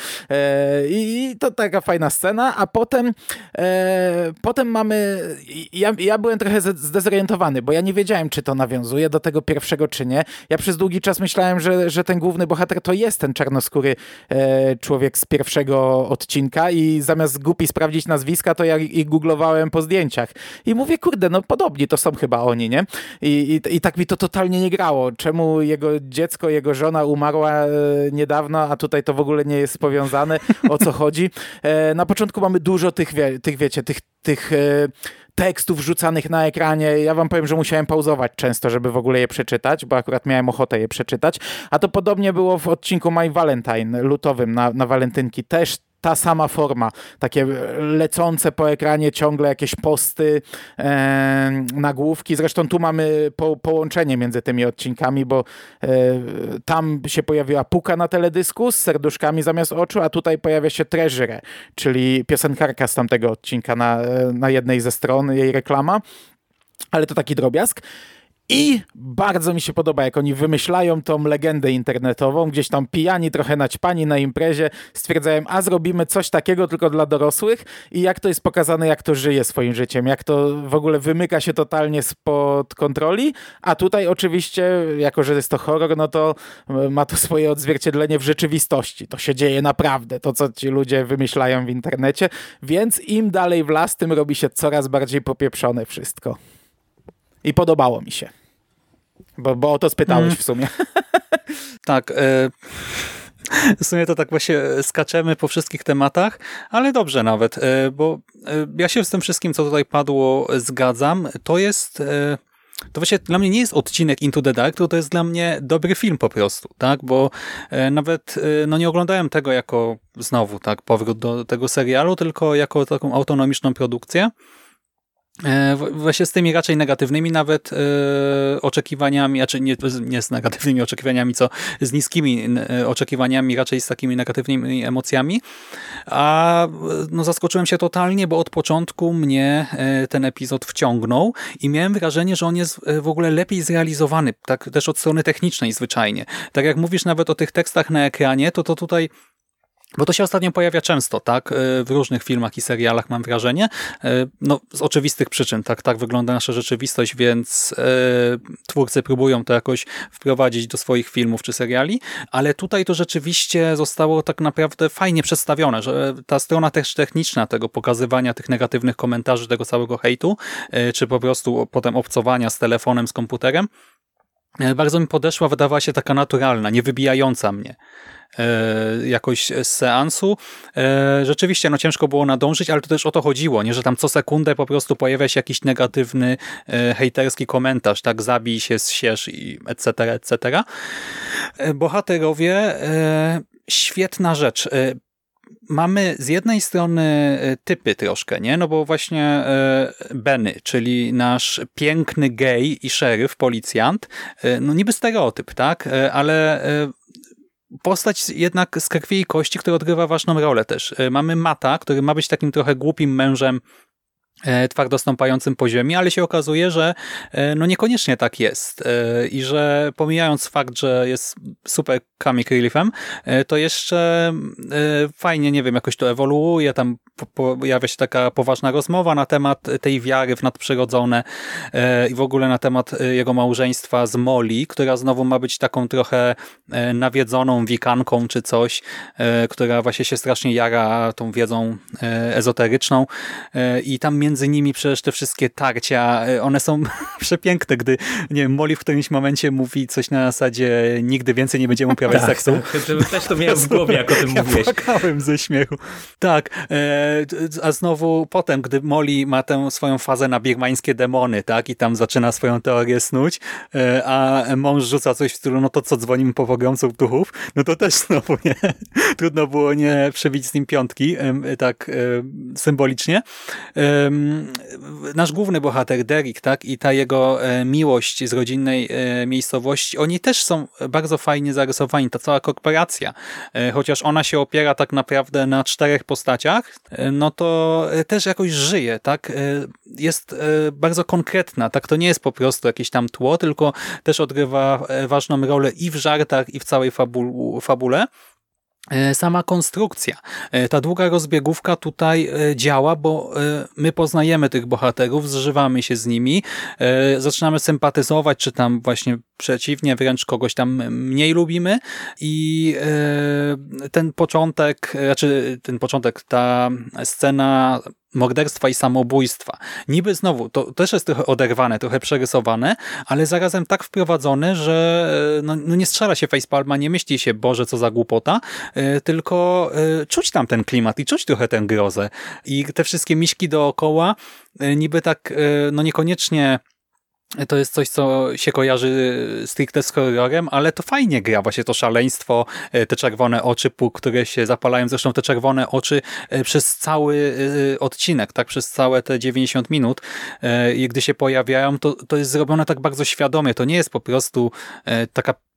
I to taka fajna scena, a potem potem mamy, ja, ja byłem trochę zdezorientowany, bo ja nie wiedziałem, czy to nawiązuje do tego pierwszego, czy nie. Ja przez długi czas myślałem, że, że ten główny bohater to jest ten czarnoskóry człowiek z pierwszego odcinka i zamiast głupi sprawdzić nazwiska, to ja ich googlowałem po zdjęciach. I mówię, kurde, no podobni to są chyba oni, nie? I, i, i tak mi to totalnie nie grało. Czemu jego dziecko, jego żona umarła e, niedawno, a tutaj to w ogóle nie jest powiązane? O co chodzi? E, na początku mamy dużo tych, wie, tych wiecie, tych, tych e, tekstów rzucanych na ekranie. Ja wam powiem, że musiałem pauzować często, żeby w ogóle je przeczytać, bo akurat miałem ochotę je przeczytać. A to podobnie było w odcinku My Valentine lutowym na, na walentynki. Też ta sama forma, takie lecące po ekranie ciągle jakieś posty, e, nagłówki. Zresztą tu mamy po, połączenie między tymi odcinkami, bo e, tam się pojawiła puka na teledysku z serduszkami zamiast oczu, a tutaj pojawia się Treasure, czyli piosenkarka z tamtego odcinka na, na jednej ze stron, jej reklama. Ale to taki drobiazg. I bardzo mi się podoba, jak oni wymyślają tą legendę internetową, gdzieś tam pijani, trochę naćpani na imprezie, stwierdzają, a zrobimy coś takiego tylko dla dorosłych i jak to jest pokazane, jak to żyje swoim życiem, jak to w ogóle wymyka się totalnie spod kontroli, a tutaj oczywiście, jako że jest to horror, no to ma to swoje odzwierciedlenie w rzeczywistości. To się dzieje naprawdę, to co ci ludzie wymyślają w internecie, więc im dalej w las, tym robi się coraz bardziej popieprzone wszystko. I podobało mi się. Bo, bo o to spytałeś mm. w sumie. Tak. E, w sumie to tak właśnie skaczemy po wszystkich tematach, ale dobrze nawet, e, bo e, ja się z tym wszystkim, co tutaj padło, zgadzam. To jest... E, to właśnie dla mnie nie jest odcinek Into the Dark, to, to jest dla mnie dobry film po prostu, tak? Bo e, nawet e, no nie oglądałem tego jako znowu tak powrót do tego serialu, tylko jako taką autonomiczną produkcję. Właśnie z tymi raczej negatywnymi nawet e, oczekiwaniami, a czy nie, nie z negatywnymi oczekiwaniami, co z niskimi e, oczekiwaniami, raczej z takimi negatywnymi emocjami. A no, zaskoczyłem się totalnie, bo od początku mnie e, ten epizod wciągnął i miałem wrażenie, że on jest w ogóle lepiej zrealizowany, tak też od strony technicznej zwyczajnie. Tak jak mówisz nawet o tych tekstach na ekranie, to to tutaj bo to się ostatnio pojawia często, tak, w różnych filmach i serialach, mam wrażenie, no z oczywistych przyczyn, tak, tak wygląda nasza rzeczywistość, więc e, twórcy próbują to jakoś wprowadzić do swoich filmów czy seriali, ale tutaj to rzeczywiście zostało tak naprawdę fajnie przedstawione, że ta strona też techniczna tego pokazywania tych negatywnych komentarzy, tego całego hejtu, e, czy po prostu potem obcowania z telefonem, z komputerem, e, bardzo mi podeszła, wydawała się taka naturalna, nie wybijająca mnie jakoś z seansu. Rzeczywiście no ciężko było nadążyć, ale to też o to chodziło, nie, że tam co sekundę po prostu pojawia się jakiś negatywny, hejterski komentarz, tak, zabij się, zsierz i et cetera, et cetera. Bohaterowie, świetna rzecz. Mamy z jednej strony typy troszkę, nie? No bo właśnie Benny, czyli nasz piękny gej i szeryf, policjant, no niby stereotyp, tak? Ale postać jednak z krwi i kości, która odgrywa ważną rolę też. Mamy Mata, który ma być takim trochę głupim mężem, twardo stąpającym po ziemi, ale się okazuje, że no niekoniecznie tak jest i że pomijając fakt, że jest super comic reliefem, to jeszcze fajnie, nie wiem, jakoś to ewoluuje, tam pojawia się taka poważna rozmowa na temat tej wiary w nadprzyrodzone i w ogóle na temat jego małżeństwa z Molly, która znowu ma być taką trochę nawiedzoną wikanką czy coś, która właśnie się strasznie jara tą wiedzą ezoteryczną i tam między nimi przecież te wszystkie tarcia, one są przepiękne, gdy nie wiem, Molly w którymś momencie mówi coś na zasadzie nigdy więcej nie będziemy uprawiać tak, seksu. Tak, też to miałem w głowie, jak o tym ja mówiłeś. Płakałem ze śmiechu. Tak, e, a znowu potem, gdy Molly ma tę swoją fazę na birmańskie demony, tak, i tam zaczyna swoją teorię snuć, e, a mąż rzuca coś w stylu, no to co, dzwonimy po pogromców duchów? No to też znowu nie. Trudno było nie przebić z nim piątki, e, tak e, symbolicznie. E, nasz główny bohater, Derek, tak, i ta jego e, miłość z rodzinnej e, miejscowości, oni też są bardzo fajnie zarysowani, ta cała korporacja. E, chociaż ona się opiera tak naprawdę na czterech postaciach, e, no to e, też jakoś żyje, tak, e, jest e, bardzo konkretna, tak, to nie jest po prostu jakieś tam tło, tylko też odgrywa e, ważną rolę i w żartach, i w całej fabu fabule. Sama konstrukcja. Ta długa rozbiegówka tutaj działa, bo my poznajemy tych bohaterów, zżywamy się z nimi, zaczynamy sympatyzować, czy tam właśnie przeciwnie, wręcz kogoś tam mniej lubimy i ten początek, znaczy ten początek, ta scena morderstwa i samobójstwa. Niby znowu, to też jest trochę oderwane, trochę przerysowane, ale zarazem tak wprowadzone, że no, no nie strzela się facepalma, nie myśli się, Boże, co za głupota, yy, tylko yy, czuć tam ten klimat i czuć trochę tę grozę. I te wszystkie miśki dookoła, yy, niby tak, yy, no niekoniecznie to jest coś, co się kojarzy stricte z horrorem, ale to fajnie gra właśnie to szaleństwo, te czerwone oczy, które się zapalają. Zresztą te czerwone oczy przez cały odcinek, tak, przez całe te dziewięćdziesiąt minut i gdy się pojawiają, to, to jest zrobione tak bardzo świadomie. To nie jest po prostu taka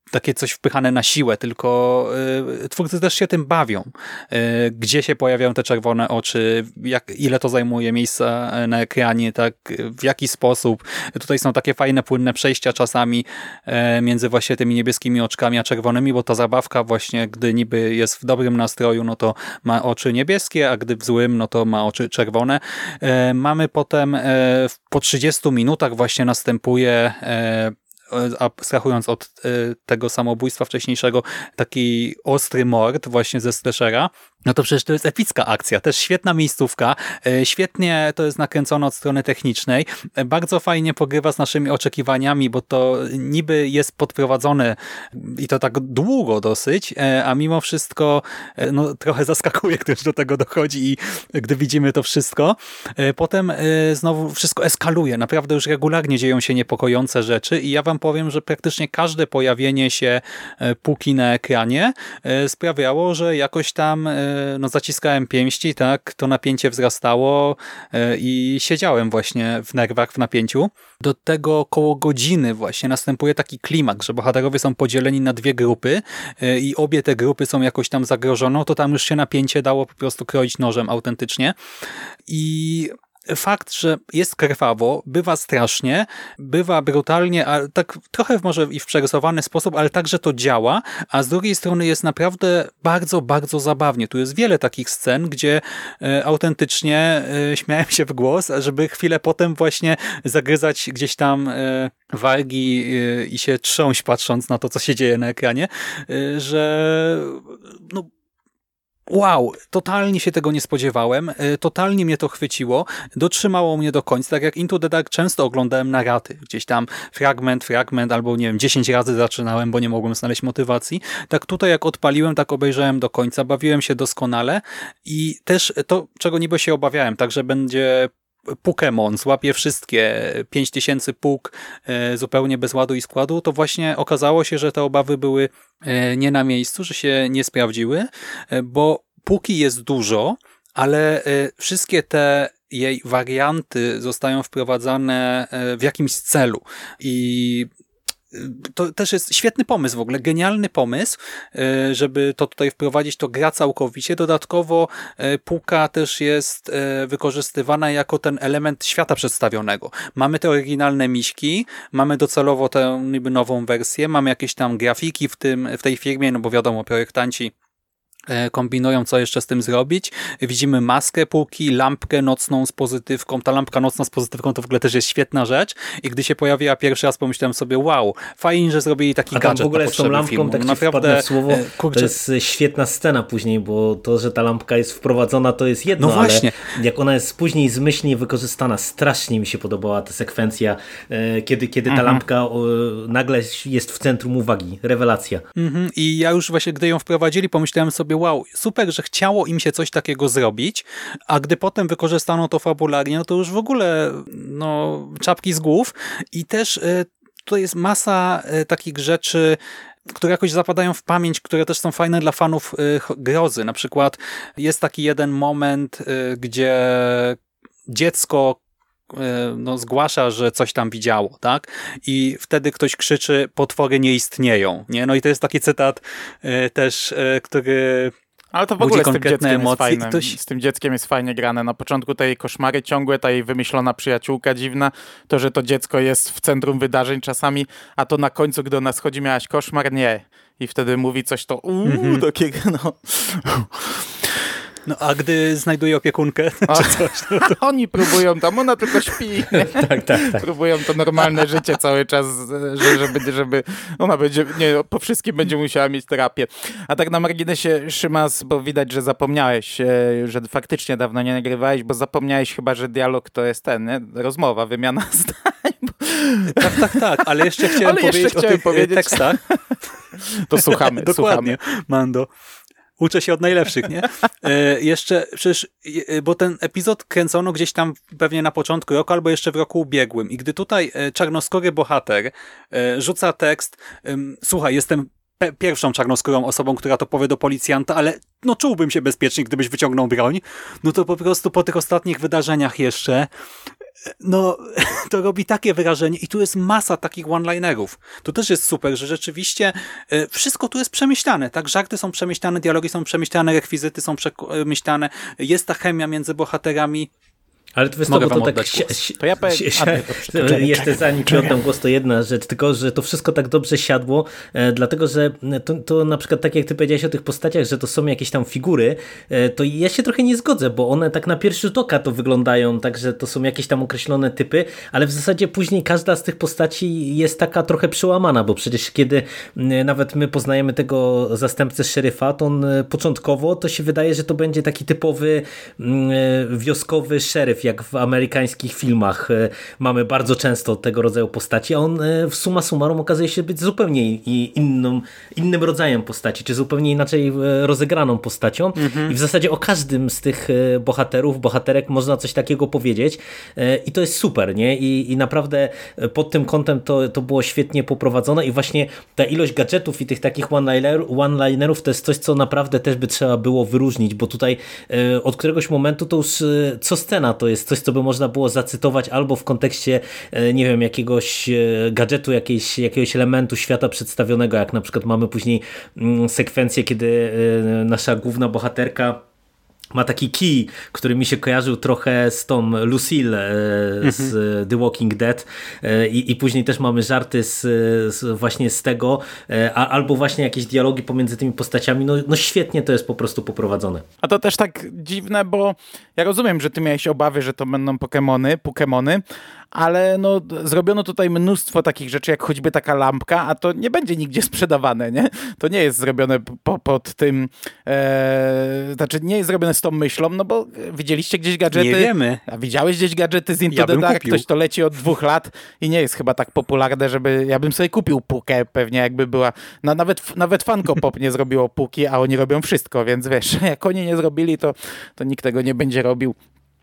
takie coś wpychane na siłę, tylko y, twórcy też się tym bawią. Y, gdzie się pojawiają te czerwone oczy, jak, ile to zajmuje miejsca na ekranie, tak, w jaki sposób. Tutaj są takie fajne, płynne przejścia czasami y, między właśnie tymi niebieskimi oczkami a czerwonymi, bo ta zabawka właśnie, gdy niby jest w dobrym nastroju, no to ma oczy niebieskie, a gdy w złym, no to ma oczy czerwone. Y, mamy potem y, po trzydziestu minutach właśnie następuje y, abstrahując od y, tego samobójstwa wcześniejszego, taki ostry mord właśnie ze slashera, no to przecież to jest epicka akcja, też świetna miejscówka, y, świetnie to jest nakręcone od strony technicznej, y, bardzo fajnie pogrywa z naszymi oczekiwaniami, bo to niby jest podprowadzone i to tak długo dosyć, y, a mimo wszystko y, no, trochę zaskakuje, gdy już do tego dochodzi i gdy widzimy to wszystko. Y, potem y, znowu wszystko eskaluje, naprawdę już regularnie dzieją się niepokojące rzeczy i ja wam powiem, że praktycznie każde pojawienie się Puki na ekranie sprawiało, że jakoś tam no, zaciskałem pięści, tak, to napięcie wzrastało i siedziałem właśnie w nerwach, w napięciu. Do tego koło godziny właśnie następuje taki klimaks, że bohaterowie są podzieleni na dwie grupy i obie te grupy są jakoś tam zagrożone, to tam już się napięcie dało po prostu kroić nożem autentycznie. I fakt, że jest krwawo, bywa strasznie, bywa brutalnie, a tak trochę może i w przerysowany sposób, ale także to działa, a z drugiej strony jest naprawdę bardzo, bardzo zabawnie. Tu jest wiele takich scen, gdzie e, autentycznie e, śmiałem się w głos, żeby chwilę potem właśnie zagryzać gdzieś tam e, wargi e, i się trząść patrząc na to, co się dzieje na ekranie, e, że no wow, totalnie się tego nie spodziewałem, totalnie mnie to chwyciło, dotrzymało mnie do końca, tak jak Into the Dark często oglądałem na raty, gdzieś tam fragment, fragment, albo nie wiem, dziesięć razy zaczynałem, bo nie mogłem znaleźć motywacji, tak tutaj jak odpaliłem, tak obejrzałem do końca, bawiłem się doskonale i też to, czego niby się obawiałem, także będzie Pokémon złapie wszystkie pięć tysięcy puk zupełnie bez ładu i składu, to właśnie okazało się, że te obawy były nie na miejscu, że się nie sprawdziły, bo póki jest dużo, ale wszystkie te jej warianty zostają wprowadzane w jakimś celu i to też jest świetny pomysł w ogóle, genialny pomysł, żeby to tutaj wprowadzić, to gra całkowicie. Dodatkowo Puka też jest wykorzystywana jako ten element świata przedstawionego. Mamy te oryginalne miśki, mamy docelowo tę niby nową wersję, mamy jakieś tam grafiki w tym, w tej firmie, no bo wiadomo, projektanci kombinują, co jeszcze z tym zrobić. Widzimy maskę Puki, lampkę nocną z pozytywką. Ta lampka nocna z pozytywką to w ogóle też jest świetna rzecz i gdy się pojawiła pierwszy raz, pomyślałem sobie, wow, fajnie, że zrobili taki A tam gadżet w ogóle na z tą potrzeby lampką, filmu. tak ci Naprawdę, wpadnę w słowo, kurczę, to jest świetna scena później, bo to, że ta lampka jest wprowadzona, to jest jedno, no właśnie. ale jak ona jest później zmyślnie wykorzystana, strasznie mi się podobała ta sekwencja, kiedy, kiedy ta mhm. lampka nagle jest w centrum uwagi. Rewelacja. Mhm. I ja już właśnie, gdy ją wprowadzili, pomyślałem sobie, wow, super, że chciało im się coś takiego zrobić, a gdy potem wykorzystano to fabularnie, no to już w ogóle no, czapki z głów i też y, to jest masa y, takich rzeczy, które jakoś zapadają w pamięć, które też są fajne dla fanów y, grozy. Na przykład jest taki jeden moment, y, gdzie dziecko no, zgłasza, że coś tam widziało, tak? I wtedy ktoś krzyczy, potwory nie istnieją, nie? No i to jest taki cytat y, też, y, który ale to w ogóle z tym dzieckiem emocje. jest fajne. Ktoś... Z tym dzieckiem jest fajnie grane. Na początku te jej koszmary ciągłe, ta jej wymyślona przyjaciółka dziwna, to, że to dziecko jest w centrum wydarzeń czasami, a to na końcu, gdy ona schodzi, miałaś koszmar? Nie. I wtedy mówi coś to uuu, mm-hmm. takiego, no... No a gdy znajduje opiekunkę, a, czy coś, no to... Oni próbują tam, ona tylko śpi. tak, tak, tak. Próbują to normalne życie cały czas, że, żeby, żeby ona będzie, nie, po wszystkim będzie musiała mieć terapię. A tak na marginesie, Szymas, bo widać, że zapomniałeś, że faktycznie dawno nie nagrywałeś, bo zapomniałeś chyba, że dialog to jest ten, nie? Rozmowa, wymiana zdań. Tak, tak, tak, ale jeszcze chciałem ale powiedzieć jeszcze o tych powiedzieć. tekstach. To słuchamy, Dokładnie, słuchamy. Mando. Uczę się od najlepszych, nie? E, jeszcze przecież, bo ten epizod kręcono gdzieś tam pewnie na początku roku albo jeszcze w roku ubiegłym i gdy tutaj czarnoskóry bohater e, rzuca tekst, e, słuchaj, jestem pe- pierwszą czarnoskórą osobą, która to powie do policjanta, ale no czułbym się bezpiecznie, gdybyś wyciągnął broń, no to po prostu po tych ostatnich wydarzeniach jeszcze no to robi takie wrażenie i tu jest masa takich one-linerów. To też jest super, że rzeczywiście y, wszystko tu jest przemyślane, tak? Żarty są przemyślane, dialogi są przemyślane, rekwizyty są przemyślane, jest ta chemia między bohaterami. Ale to, wiesz, Mogę to, bo wam to tak oddać głos. To ja powiem... si- A, ty, to czekaj, jeszcze czekaj, zanim ci czekaj. oddam głos, to jedna rzecz, tylko że to wszystko tak dobrze siadło, e, dlatego że to, to na przykład tak jak ty powiedziałeś o tych postaciach, że to są jakieś tam figury, e, to ja się trochę nie zgodzę, bo one tak na pierwszy rzut oka to wyglądają, tak, że to są jakieś tam określone typy, ale w zasadzie później każda z tych postaci jest taka trochę przełamana, bo przecież kiedy m, nawet my poznajemy tego zastępcę szeryfa, to on e, początkowo to się wydaje, że to będzie taki typowy m, e, wioskowy szeryf, jak w amerykańskich filmach e, mamy bardzo często tego rodzaju postaci, a on e, w summa summarum okazuje się być zupełnie i- inną, innym rodzajem postaci, czy zupełnie inaczej e, rozegraną postacią i w zasadzie o każdym z tych e, bohaterów, bohaterek można coś takiego powiedzieć e, i to jest super, nie? I, i naprawdę e, pod tym kątem to, to było świetnie poprowadzone i właśnie ta ilość gadżetów i tych takich one-liner, one-linerów to jest coś, co naprawdę też by trzeba było wyróżnić, bo tutaj e, od któregoś momentu to już e, co scena to jest coś, co by można było zacytować albo w kontekście, e, nie wiem, jakiegoś e, gadżetu, jakiejś, jakiegoś elementu świata przedstawionego, jak na przykład mamy później mm, sekwencję, kiedy e, nasza główna bohaterka ma taki kij, który mi się kojarzył trochę z tą Lucille e, z mhm. The Walking Dead e, i, i później też mamy żarty z, z właśnie z tego, e, a, albo właśnie jakieś dialogi pomiędzy tymi postaciami, no, no świetnie to jest po prostu poprowadzone. A to też tak dziwne, bo ja rozumiem, że ty miałeś obawy, że to będą Pokemony, Pokemony, ale no, zrobiono tutaj mnóstwo takich rzeczy, jak choćby taka lampka, a to nie będzie nigdzie sprzedawane, nie? To nie jest zrobione po, pod tym, e, znaczy nie jest zrobione z tą myślą, no bo widzieliście gdzieś gadżety? Nie wiemy. A widziałeś gdzieś gadżety z Into Ja the bym Dark? kupił. Ktoś to leci od dwóch lat i nie jest chyba tak popularne, żeby, ja bym sobie kupił pukę pewnie, jakby była, no nawet, nawet Funko Pop nie zrobiło puki, a oni robią wszystko, więc wiesz, jak oni nie zrobili, to, to nikt tego nie będzie robił.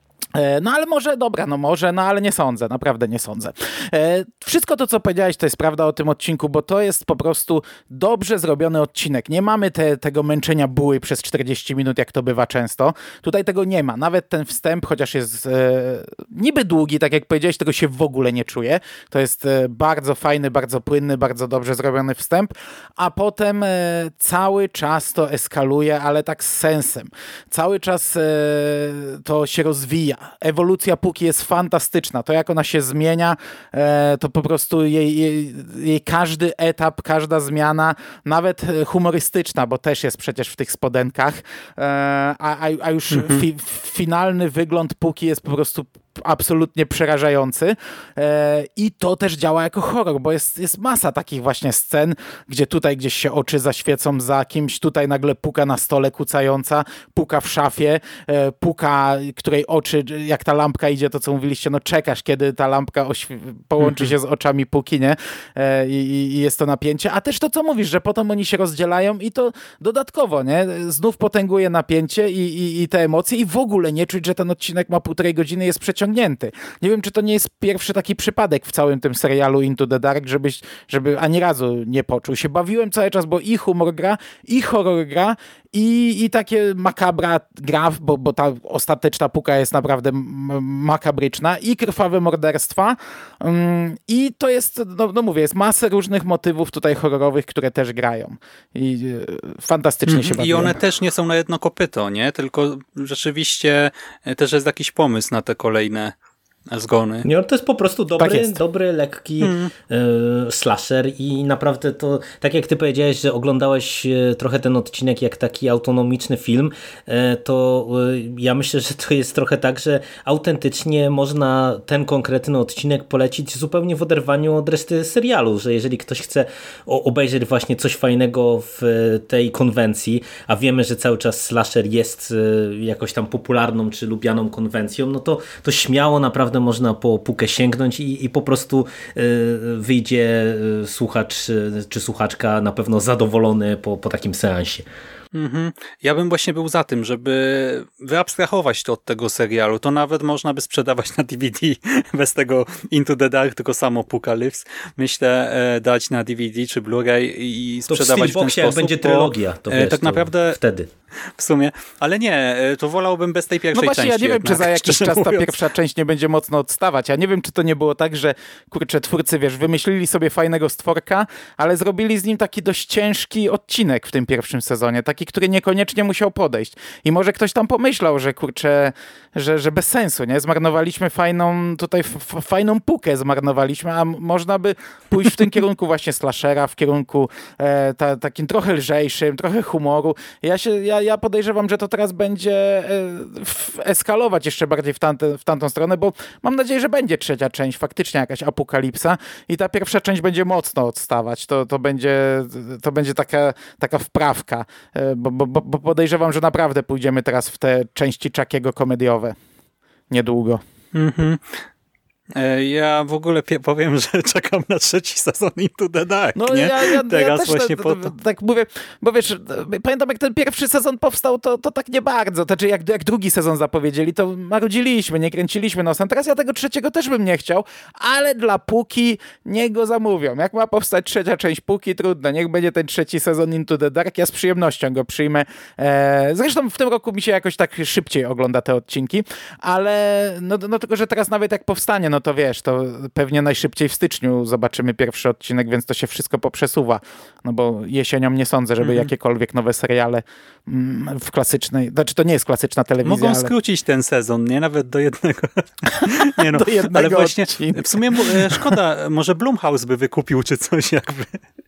No ale może, dobra, no może, no ale nie sądzę, naprawdę nie sądzę. E, wszystko to, co powiedziałeś, to jest prawda o tym odcinku, bo to jest po prostu dobrze zrobiony odcinek. Nie mamy te, tego męczenia buły przez czterdzieści minut, jak to bywa często. Tutaj tego nie ma. Nawet ten wstęp, chociaż jest e, niby długi, tak jak powiedziałeś, tego się w ogóle nie czuje. To jest e, bardzo fajny, bardzo płynny, bardzo dobrze zrobiony wstęp, a potem e, cały czas to eskaluje, ale tak z sensem. Cały czas e, to się rozwija. Ewolucja Puki jest fantastyczna. To, jak ona się zmienia, e, to po prostu jej, jej, jej każdy etap, każda zmiana, nawet humorystyczna, bo też jest przecież w tych spodenkach, e, a, a już mhm. fi, finalny wygląd Puki jest po prostu absolutnie przerażający e, i to też działa jako horror, bo jest, jest masa takich właśnie scen, gdzie tutaj gdzieś się oczy zaświecą za kimś, tutaj nagle puka na stole kucająca, puka w szafie, e, puka, której oczy, jak ta lampka idzie, to co mówiliście, no czekasz, kiedy ta lampka oświ- połączy się z oczami puki, nie? E, i, I jest to napięcie, a też to, co mówisz, że potem oni się rozdzielają i to dodatkowo, nie? Znów potęguje napięcie i, i, i te emocje i w ogóle nie czuć, że ten odcinek ma półtorej godziny, jest przeciągnięty. Nie wiem, czy to nie jest pierwszy taki przypadek w całym tym serialu Into the Dark, żebyś, żeby ani razu nie poczuł się. Bawiłem cały czas, bo i humor gra, i horror gra, i, i takie makabra gra, bo, bo ta ostateczna puka jest naprawdę m- makabryczna, i krwawe morderstwa. Um, I to jest, no, no mówię, jest masę różnych motywów tutaj horrorowych, które też grają. I e, fantastycznie się I bawiłem. one też nie są na jedno kopyto, nie? Tylko rzeczywiście też jest jakiś pomysł na te kolejne zgony. Nie, to jest po prostu dobry, Tak jest. dobry lekki mm. y, slasher i naprawdę to, tak jak ty powiedziałeś, że oglądałeś y, trochę ten odcinek jak taki autonomiczny film, y, to y, ja myślę, że to jest trochę tak, że autentycznie można ten konkretny odcinek polecić zupełnie w oderwaniu od reszty serialu, że jeżeli ktoś chce o, obejrzeć właśnie coś fajnego w y, tej konwencji, a wiemy, że cały czas slasher jest y, jakoś tam popularną czy lubianą konwencją, no to, to śmiało naprawdę można po pukę sięgnąć i, i po prostu y, wyjdzie y, słuchacz y, czy słuchaczka na pewno zadowolony po, po takim seansie. Mhm. Ja bym właśnie był za tym, żeby wyabstrahować to od tego serialu. To nawet można by sprzedawać na D V D bez tego Into the Dark, tylko samo Apocalypse. Myślę, e, dać na D V D czy Blu-ray i To w sprzedawać w ten Steelboxie, jak sposób. będzie trylogia, to bo, wiesz, e, tak to naprawdę wtedy. w sumie. Ale nie, e, to wolałbym bez tej No pierwszej właśnie, części. ja nie wiem, jednak, czy za jakiś szczerze czas ta mówiąc. pierwsza część nie będzie mocno odstawać. Ja nie wiem, czy to nie było tak, że kurczę, twórcy, wiesz, wymyślili sobie fajnego stworka, ale zrobili z nim taki dość ciężki odcinek w tym pierwszym sezonie, taki, który niekoniecznie musiał podejść. I może ktoś tam pomyślał, że kurczę, że, że bez sensu, nie? Zmarnowaliśmy fajną, tutaj f- f- fajną pukę zmarnowaliśmy, a m- można by pójść w tym kierunku właśnie slashera, w kierunku e, ta, takim trochę lżejszym, trochę humoru. Ja się, ja, ja podejrzewam, że to teraz będzie e, w, eskalować jeszcze bardziej w, tamte, w tamtą stronę, bo mam nadzieję, że będzie trzecia część, faktycznie jakaś apokalipsa i ta pierwsza część będzie mocno odstawać. To, to będzie, to będzie taka, taka wprawka, e, bo, bo, bo podejrzewam, że naprawdę pójdziemy teraz w te części Chuckiego komediowe. Niedługo. Mhm. E, Ja w ogóle pie- powiem, że czekam na trzeci sezon Into the Dark, No nie? ja, ja, Teraz ja też właśnie to, po to, to. tak mówię, bo wiesz, pamiętam jak ten pierwszy sezon powstał, to, to tak nie bardzo. Znaczy jak, jak drugi sezon zapowiedzieli, to marudziliśmy, nie kręciliśmy nosem. Teraz ja tego trzeciego też bym nie chciał, ale dla Puki niech go zamówią. Jak ma powstać trzecia część Puki, trudno. Niech będzie ten trzeci sezon Into the Dark. Ja z przyjemnością go przyjmę. E, zresztą w tym roku mi się jakoś tak szybciej ogląda te odcinki, ale no, no tylko, że teraz nawet jak powstanie, no to wiesz, to pewnie najszybciej w styczniu zobaczymy pierwszy odcinek, więc to się wszystko poprzesuwa. No bo jesienią nie sądzę, żeby Mhm. jakiekolwiek nowe seriale mm, w klasycznej, znaczy to nie jest klasyczna telewizja, Mogą ale skrócić ten sezon, nie? Nawet do jednego. nie no, do jednego ale właśnie odcinka. w sumie mu- e, szkoda, może Blumhouse by wykupił czy coś jakby.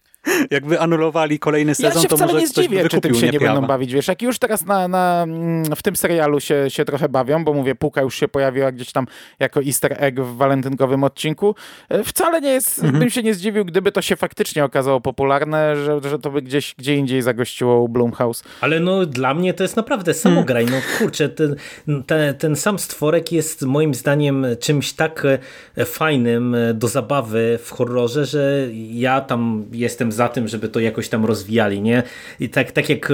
Jakby anulowali kolejny Ja sezon, się to wcale może nie ktoś by zdziwię, czy tym wykupił, się nie, nie prawa. będą bawić. Wiesz, jak już teraz na, na, mm, w tym serialu się, się trochę bawią, bo mówię, Puka już się pojawiła gdzieś tam jako easter egg w walentynkowym odcinku. E, Wcale nie jest, Mhm. bym się nie zdziwił, gdyby to się faktycznie okazało popularne, że, że to by gdzieś gdzie indziej zagościło u Blumhouse. Ale no dla mnie to jest naprawdę samograj. No kurczę, ten, ten, ten sam stworek jest moim zdaniem czymś tak e, fajnym e, do zabawy w horrorze, że ja tam jestem za tym, żeby to jakoś tam rozwijali, nie? I tak, tak jak e,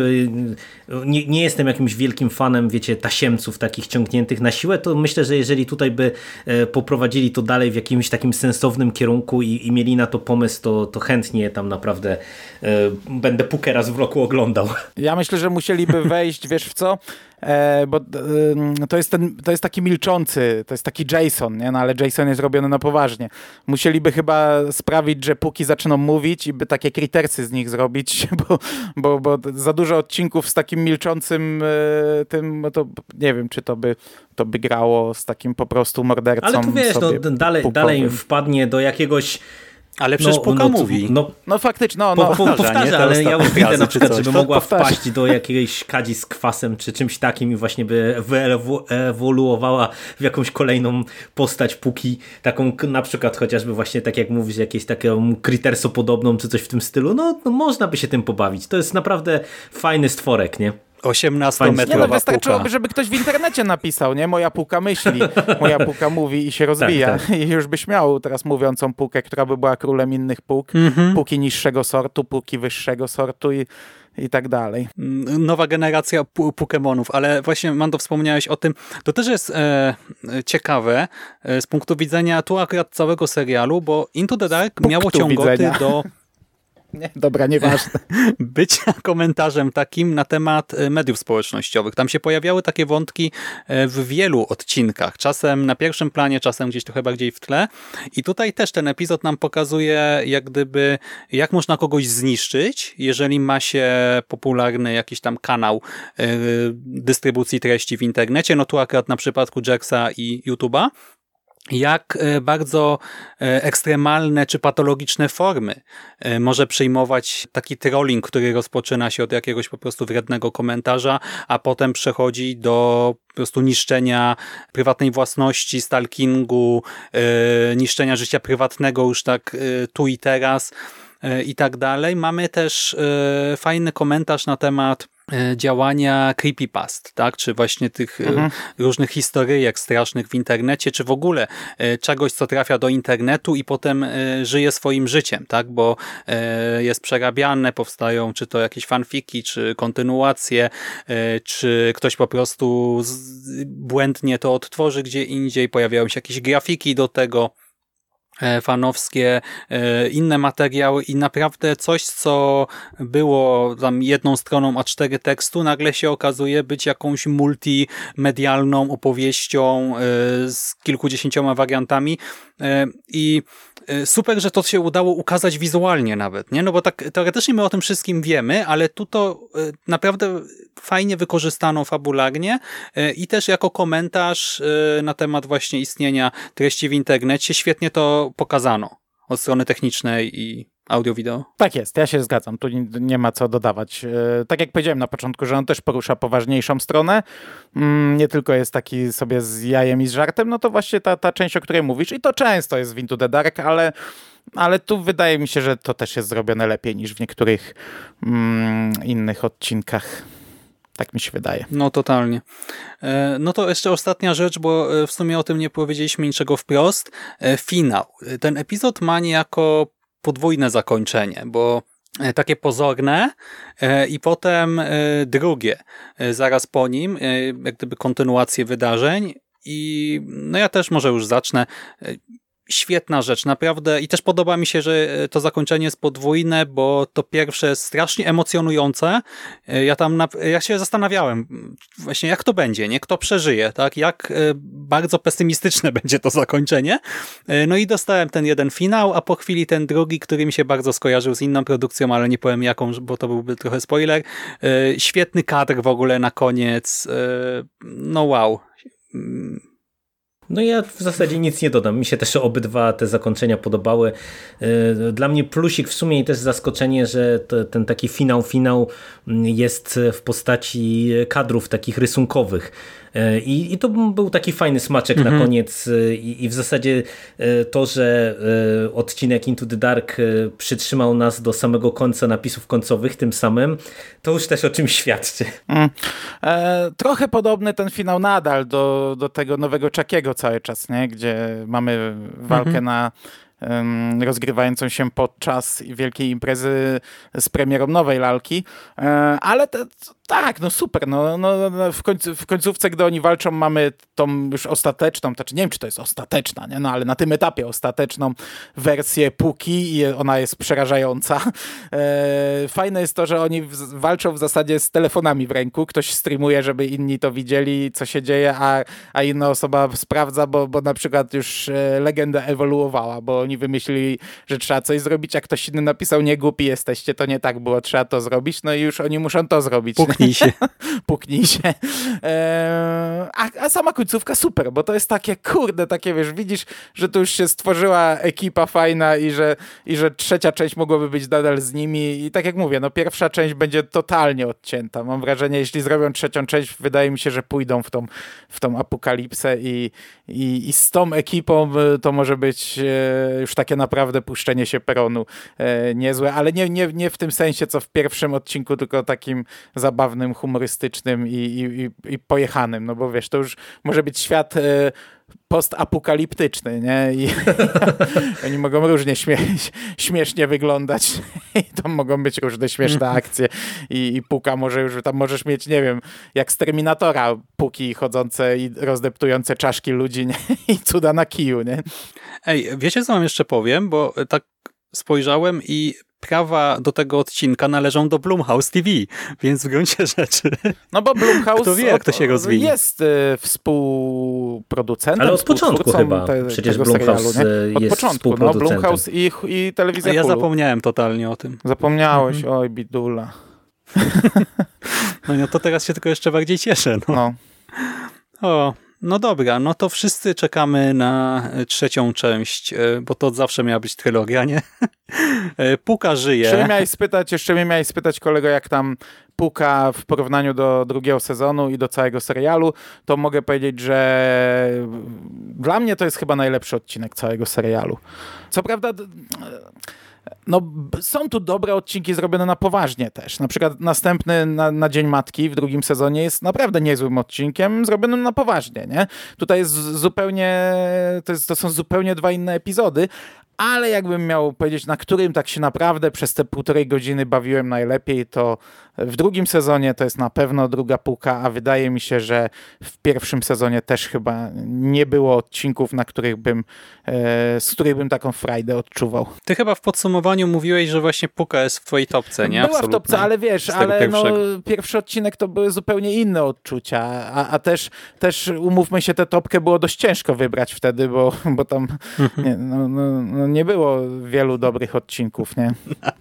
nie, nie jestem jakimś wielkim fanem, wiecie, tasiemców takich ciągniętych na siłę, to myślę, że jeżeli tutaj by e, poprowadzili to dalej w jakimś takim sensownym kierunku i, i mieli na to pomysł, to, to chętnie tam naprawdę e, będę Pukę raz w roku oglądał. Ja myślę, że musieliby wejść, wiesz w co? E, bo e, to, jest ten, to jest taki milczący, to jest taki Jason, nie? No ale Jason jest robiony na poważnie. Musieliby chyba sprawić, że Puki zaczną mówić i by takie kritersy z nich zrobić, bo, bo, bo za dużo odcinków z takim milczącym e, tym, no to nie wiem, czy to by, to by grało z takim po prostu mordercą. Ale tu wiesz, no, sobie dalej, pukowym. dalej wpadnie do jakiegoś... Ale przecież no, Puka no, mówi. No, No faktycznie, no, po, no. po, powtarza, powtarza, nie? Te ale ja już ostatnie widzę razy na czy przykład, coś. żeby To mogła powtarza. wpaść do jakiejś kadzi z kwasem, czy czymś takim i właśnie by wyewoluowała w jakąś kolejną postać Puki, taką k- na przykład chociażby właśnie tak jak mówisz, jakieś taką Critterso podobną, czy coś w tym stylu, no, no można by się tym pobawić. To jest naprawdę fajny stworek, nie? Nie no, osiemnastometrowa wystarczyłoby, Puka. żeby ktoś w internecie napisał, nie? Moja Puka myśli, moja Puka mówi i się rozwija. Tak, I już byś miał teraz mówiącą Pukę, która by była królem innych puk. Mhm. Puki niższego sortu, puki wyższego sortu i, i tak dalej. Nowa generacja pu- Pokemonów, ale właśnie Mando, wspomniałeś o tym, to też jest e, ciekawe e, z punktu widzenia tu akurat całego serialu, bo Into the Dark punktu miało ciągoty widzenia. do Nie, dobra, nieważne. bycia komentarzem takim na temat e, mediów społecznościowych. Tam się pojawiały takie wątki e, w wielu odcinkach. Czasem na pierwszym planie, czasem gdzieś trochę bardziej w tle. I tutaj też ten epizod nam pokazuje jak gdyby, jak można kogoś zniszczyć, jeżeli ma się popularny jakiś tam kanał e, dystrybucji treści w internecie. No tu akurat na przypadku Jacksa i YouTube'a. Jak e, bardzo e, ekstremalne czy patologiczne formy e, może przyjmować taki trolling, który rozpoczyna się od jakiegoś po prostu wrednego komentarza, a potem przechodzi do po prostu niszczenia prywatnej własności, stalkingu, e, niszczenia życia prywatnego już tak e, tu i teraz e, i tak dalej. Mamy też e, fajny komentarz na temat działania creepypast, tak? Czy właśnie tych mhm. różnych historyjek strasznych w internecie, czy w ogóle czegoś, co trafia do internetu i potem żyje swoim życiem, tak? Bo jest przerabiane, powstają czy to jakieś fanfiki, czy kontynuacje, czy ktoś po prostu błędnie to odtworzy gdzie indziej, pojawiają się jakieś grafiki do tego, fanowskie, inne materiały i naprawdę coś, co było tam jedną stroną A cztery tekstu, nagle się okazuje być jakąś multimedialną opowieścią z kilkudziesięcioma wariantami i super, że to się udało ukazać wizualnie nawet, nie? No bo tak teoretycznie my o tym wszystkim wiemy, ale tu to naprawdę fajnie wykorzystano fabularnie i też jako komentarz na temat właśnie istnienia treści w internecie świetnie to pokazano od strony technicznej i audio-wideo. Tak jest, ja się zgadzam, tu nie, nie ma co dodawać. E, tak jak powiedziałem na początku, że on też porusza poważniejszą stronę, mm, nie tylko jest taki sobie z jajem i z żartem, no to właśnie ta, ta część, o której mówisz i to często jest w Into the Dark, ale, ale tu wydaje mi się, że to też jest zrobione lepiej niż w niektórych mm, innych odcinkach. Tak mi się wydaje. No totalnie. No to jeszcze ostatnia rzecz, bo w sumie o tym nie powiedzieliśmy niczego wprost. Finał. Ten epizod ma niejako podwójne zakończenie, bo takie pozorne i potem drugie zaraz po nim, jak gdyby kontynuację wydarzeń i no ja też może już zacznę. Świetna rzecz, naprawdę i też podoba mi się, że to zakończenie jest podwójne, bo to pierwsze jest strasznie emocjonujące. Ja tam, na, ja się zastanawiałem właśnie jak to będzie, nie? Kto przeżyje, tak? Jak bardzo pesymistyczne będzie to zakończenie. No i dostałem ten jeden finał, a po chwili ten drugi, który mi się bardzo skojarzył z inną produkcją, ale nie powiem jaką, bo to byłby trochę spoiler. Świetny kadr w ogóle na koniec. No wow. No ja w zasadzie nic nie dodam. Mi się też obydwa te zakończenia podobały. Dla mnie plusik w sumie i też zaskoczenie, że to, ten taki finał, finał jest w postaci kadrów takich rysunkowych. I, i to był taki fajny smaczek mhm. na koniec I, i w zasadzie to, że odcinek Into the Dark przytrzymał nas do samego końca napisów końcowych tym samym, to już też o czymś świadczy. Mm. E, trochę podobny ten finał nadal do, do tego nowego Chuckiego cały czas, nie? Gdzie mamy walkę mhm. na rozgrywającą się podczas wielkiej imprezy z premierą nowej lalki, ale to, tak, no super, no, no w, końcu, w końcówce, gdy oni walczą, mamy tą już ostateczną, to znaczy nie wiem, czy to jest ostateczna, nie? No ale na tym etapie ostateczną wersję Puki i ona jest przerażająca. Fajne jest to, że oni w, walczą w zasadzie z telefonami w ręku, ktoś streamuje, żeby inni to widzieli, co się dzieje, a, a inna osoba sprawdza, bo, bo na przykład już legenda ewoluowała, bo oni wymyślili, że trzeba coś zrobić, a ktoś inny napisał, nie głupi jesteście, to nie tak było, trzeba to zrobić, no i już oni muszą to zrobić. Puknij się. Puknij się. Eee, a, a sama końcówka super, bo to jest takie, kurde, takie, wiesz, widzisz, że tu już się stworzyła ekipa fajna i że, i że trzecia część mogłaby być nadal z nimi i tak jak mówię, no pierwsza część będzie totalnie odcięta. Mam wrażenie, jeśli zrobią trzecią część, wydaje mi się, że pójdą w tą, w tą apokalipsę i, i, i z tą ekipą to może być e, już takie naprawdę puszczenie się peronu e, niezłe, ale nie, nie, nie w tym sensie, co w pierwszym odcinku, tylko takim zabawnym, humorystycznym i, i, i pojechanym, no bo wiesz, to już może być świat e, postapokaliptyczny, nie? I oni mogą różnie śmie śmiesznie wyglądać i tam mogą być różne śmieszne akcje i, i Puka może już, tam możesz mieć, nie wiem, jak z Terminatora Puki chodzące i rozdeptujące czaszki ludzi, nie? I cuda na kiju, nie? Ej, wiecie co wam jeszcze powiem, bo tak spojrzałem i prawa do tego odcinka należą do Blumhouse T V, więc w gruncie rzeczy no bo Blumhouse kto wie, jak to się rozwinie. Jest y, współproducentem. Ale od początku chyba. Te, Przecież Blumhouse serialu, Od jest początku, no Blumhouse i, i telewizja A ja Hulu. Zapomniałem totalnie o tym. Zapomniałeś, mhm. Oj bidula. No, no to teraz się tylko jeszcze bardziej cieszę. No. no. O, no dobra, no to wszyscy czekamy na trzecią część, bo to zawsze miała być trylogia, nie? Puka żyje. Jeszcze mnie miałeś spytać, jeszcze mnie miałeś spytać, kolego, jak tam Puka w porównaniu do drugiego sezonu i do całego serialu, to mogę powiedzieć, że dla mnie to jest chyba najlepszy odcinek całego serialu. Co prawda... No, są tu dobre odcinki zrobione na poważnie też. Na przykład następny na, na Dzień Matki w drugim sezonie jest naprawdę niezłym odcinkiem zrobionym na poważnie, nie? Tutaj jest zupełnie, to, jest, to są zupełnie dwa inne epizody, ale jakbym miał powiedzieć, na którym tak się naprawdę przez te półtorej godziny bawiłem najlepiej, to w drugim sezonie to jest na pewno Druga Puka, a wydaje mi się, że w pierwszym sezonie też chyba nie było odcinków, na których bym, e, z których bym taką frajdę odczuwał. Ty chyba w podsumowaniu mówiłeś, że właśnie Puka jest w twojej topce, nie? Była Absolutnej. w topce, ale wiesz, ale no, pierwszy odcinek to były zupełnie inne odczucia, a, a też, też umówmy się, tę topkę było dość ciężko wybrać wtedy, bo, bo tam nie, no, no, no nie było wielu dobrych odcinków, nie?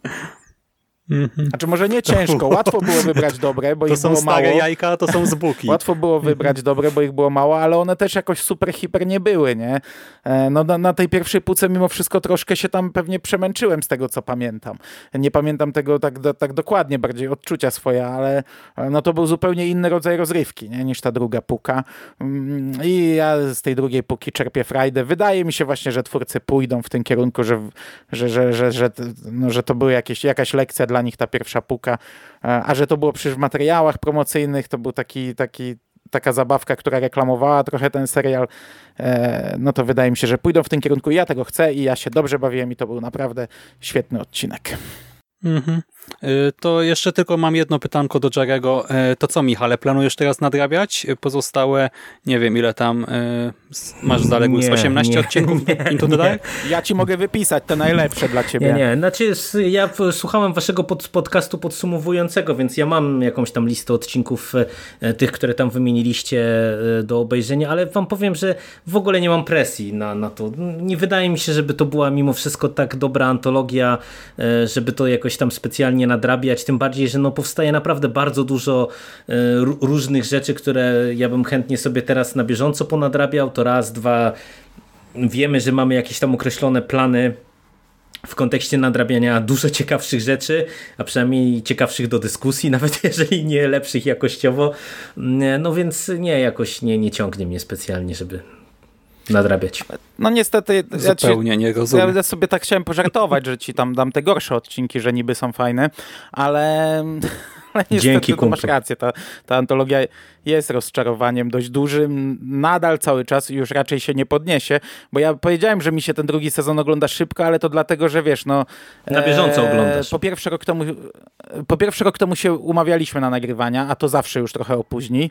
Znaczy może nie ciężko, łatwo było wybrać dobre, bo to ich było mało. To są stare jajka, to są z buki. Łatwo było wybrać dobre, bo ich było mało, ale one też jakoś super, hiper nie były, nie? No na, na tej pierwszej półce mimo wszystko troszkę się tam pewnie przemęczyłem z tego, co pamiętam. Nie pamiętam tego tak, do, tak dokładnie, bardziej odczucia swoje, ale no to był zupełnie inny rodzaj rozrywki, nie? Niż ta druga Puka. I ja z tej drugiej Puki czerpię frajdę. Wydaje mi się właśnie, że twórcy pójdą w tym kierunku, że, że, że, że, że, no, że to były jakieś, jakaś lekcja dla nich ta pierwsza Puka, a że to było przecież w materiałach promocyjnych, to był taki, taki, taka zabawka, która reklamowała trochę ten serial, no to wydaje mi się, że pójdą w tym kierunku. Ja tego chcę i ja się dobrze bawiłem i to był naprawdę świetny odcinek. Mhm. To jeszcze tylko mam jedno pytanko do Jarego. To co, Michale, planujesz teraz nadrabiać pozostałe, nie wiem ile tam masz zaległość, osiemnaście nie, odcinków nie, Into the Dark? Ja ci mogę wypisać te najlepsze dla ciebie. Nie, nie, znaczy ja słuchałem waszego pod, podcastu podsumowującego, więc ja mam jakąś tam listę odcinków tych, które tam wymieniliście do obejrzenia, ale wam powiem, że w ogóle nie mam presji na, na to. Nie wydaje mi się, żeby to była mimo wszystko tak dobra antologia, żeby to jakoś tam specjalnie nadrabiać, tym bardziej, że no powstaje naprawdę bardzo dużo y, różnych rzeczy, które ja bym chętnie sobie teraz na bieżąco ponadrabiał, to raz, dwa, wiemy, że mamy jakieś tam określone plany w kontekście nadrabiania dużo ciekawszych rzeczy, a przynajmniej ciekawszych do dyskusji, nawet jeżeli nie lepszych jakościowo, no więc nie, jakoś nie, nie ciągnie mnie specjalnie, żeby nadrabiać. No niestety... Zupełnie ja ci, nie rozumiem. Ja sobie tak chciałem pożartować, że ci tam dam te gorsze odcinki, że niby są fajne, ale... Ale niestety Dzięki, to masz rację, ta, ta antologia jest rozczarowaniem dość dużym, nadal cały czas już raczej się nie podniesie, bo ja powiedziałem, że mi się ten drugi sezon ogląda szybko, ale to dlatego, że wiesz, no... Na bieżąco e, oglądasz. Po pierwsze, rok temu, po pierwsze rok temu się umawialiśmy na nagrywania, a to zawsze już trochę opóźni.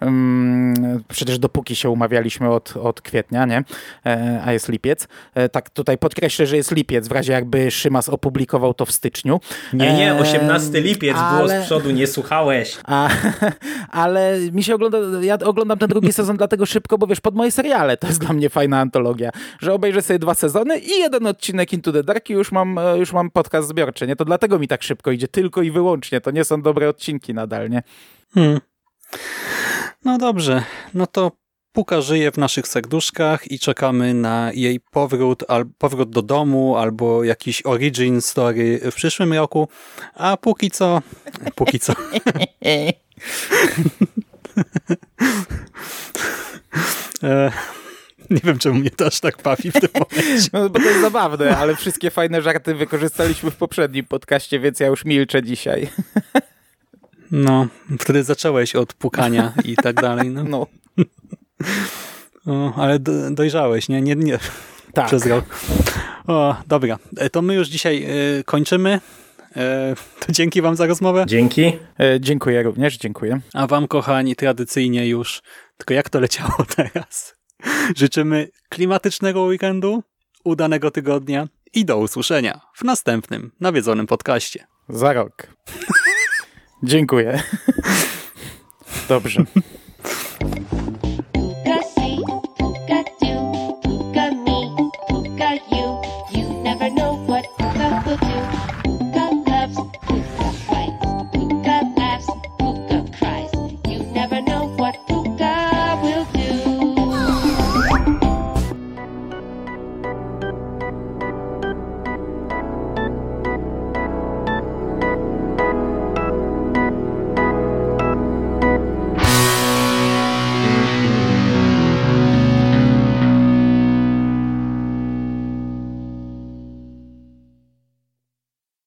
Um, przecież dopóki się umawialiśmy od, od kwietnia, nie? E, a jest lipiec. E, tak tutaj podkreślę, że jest lipiec, w razie jakby Szymas opublikował to w styczniu. Nie, nie, osiemnasty lipiec ale... było z przodu, nie słuchałeś. A, ale mi się ogląda, ja oglądam ten drugi sezon dlatego szybko, bo wiesz, pod moje seriale to jest dla mnie fajna antologia, że obejrzę sobie dwa sezony i jeden odcinek Into the Dark i już mam, już mam podcast zbiorczy, nie? To dlatego mi tak szybko idzie, tylko i wyłącznie, to nie są dobre odcinki nadal, nie? Hmm. No dobrze, no to Puka żyje w naszych serduszkach i czekamy na jej powrót, al, powrót do domu albo jakiś origin story w przyszłym roku, a póki co... Póki co... e, nie wiem, czemu mnie to aż tak bawi w tym momencie. No bo to jest zabawne, ale wszystkie fajne żarty wykorzystaliśmy w poprzednim podcaście, więc ja już milczę dzisiaj. No, wtedy zacząłeś od pukania i tak dalej. No. no. O, ale do, dojrzałeś, nie? Nie, nie. Tak. Przez rok. O, dobra, to my już dzisiaj y, kończymy. E, to dzięki wam za rozmowę. Dzięki. E, dziękuję również, dziękuję. A wam, kochani, tradycyjnie już, tylko jak to leciało teraz? Życzymy klimatycznego weekendu, udanego tygodnia i do usłyszenia w następnym nawiedzonym podcaście. Za rok. Dziękuję. Dobrze.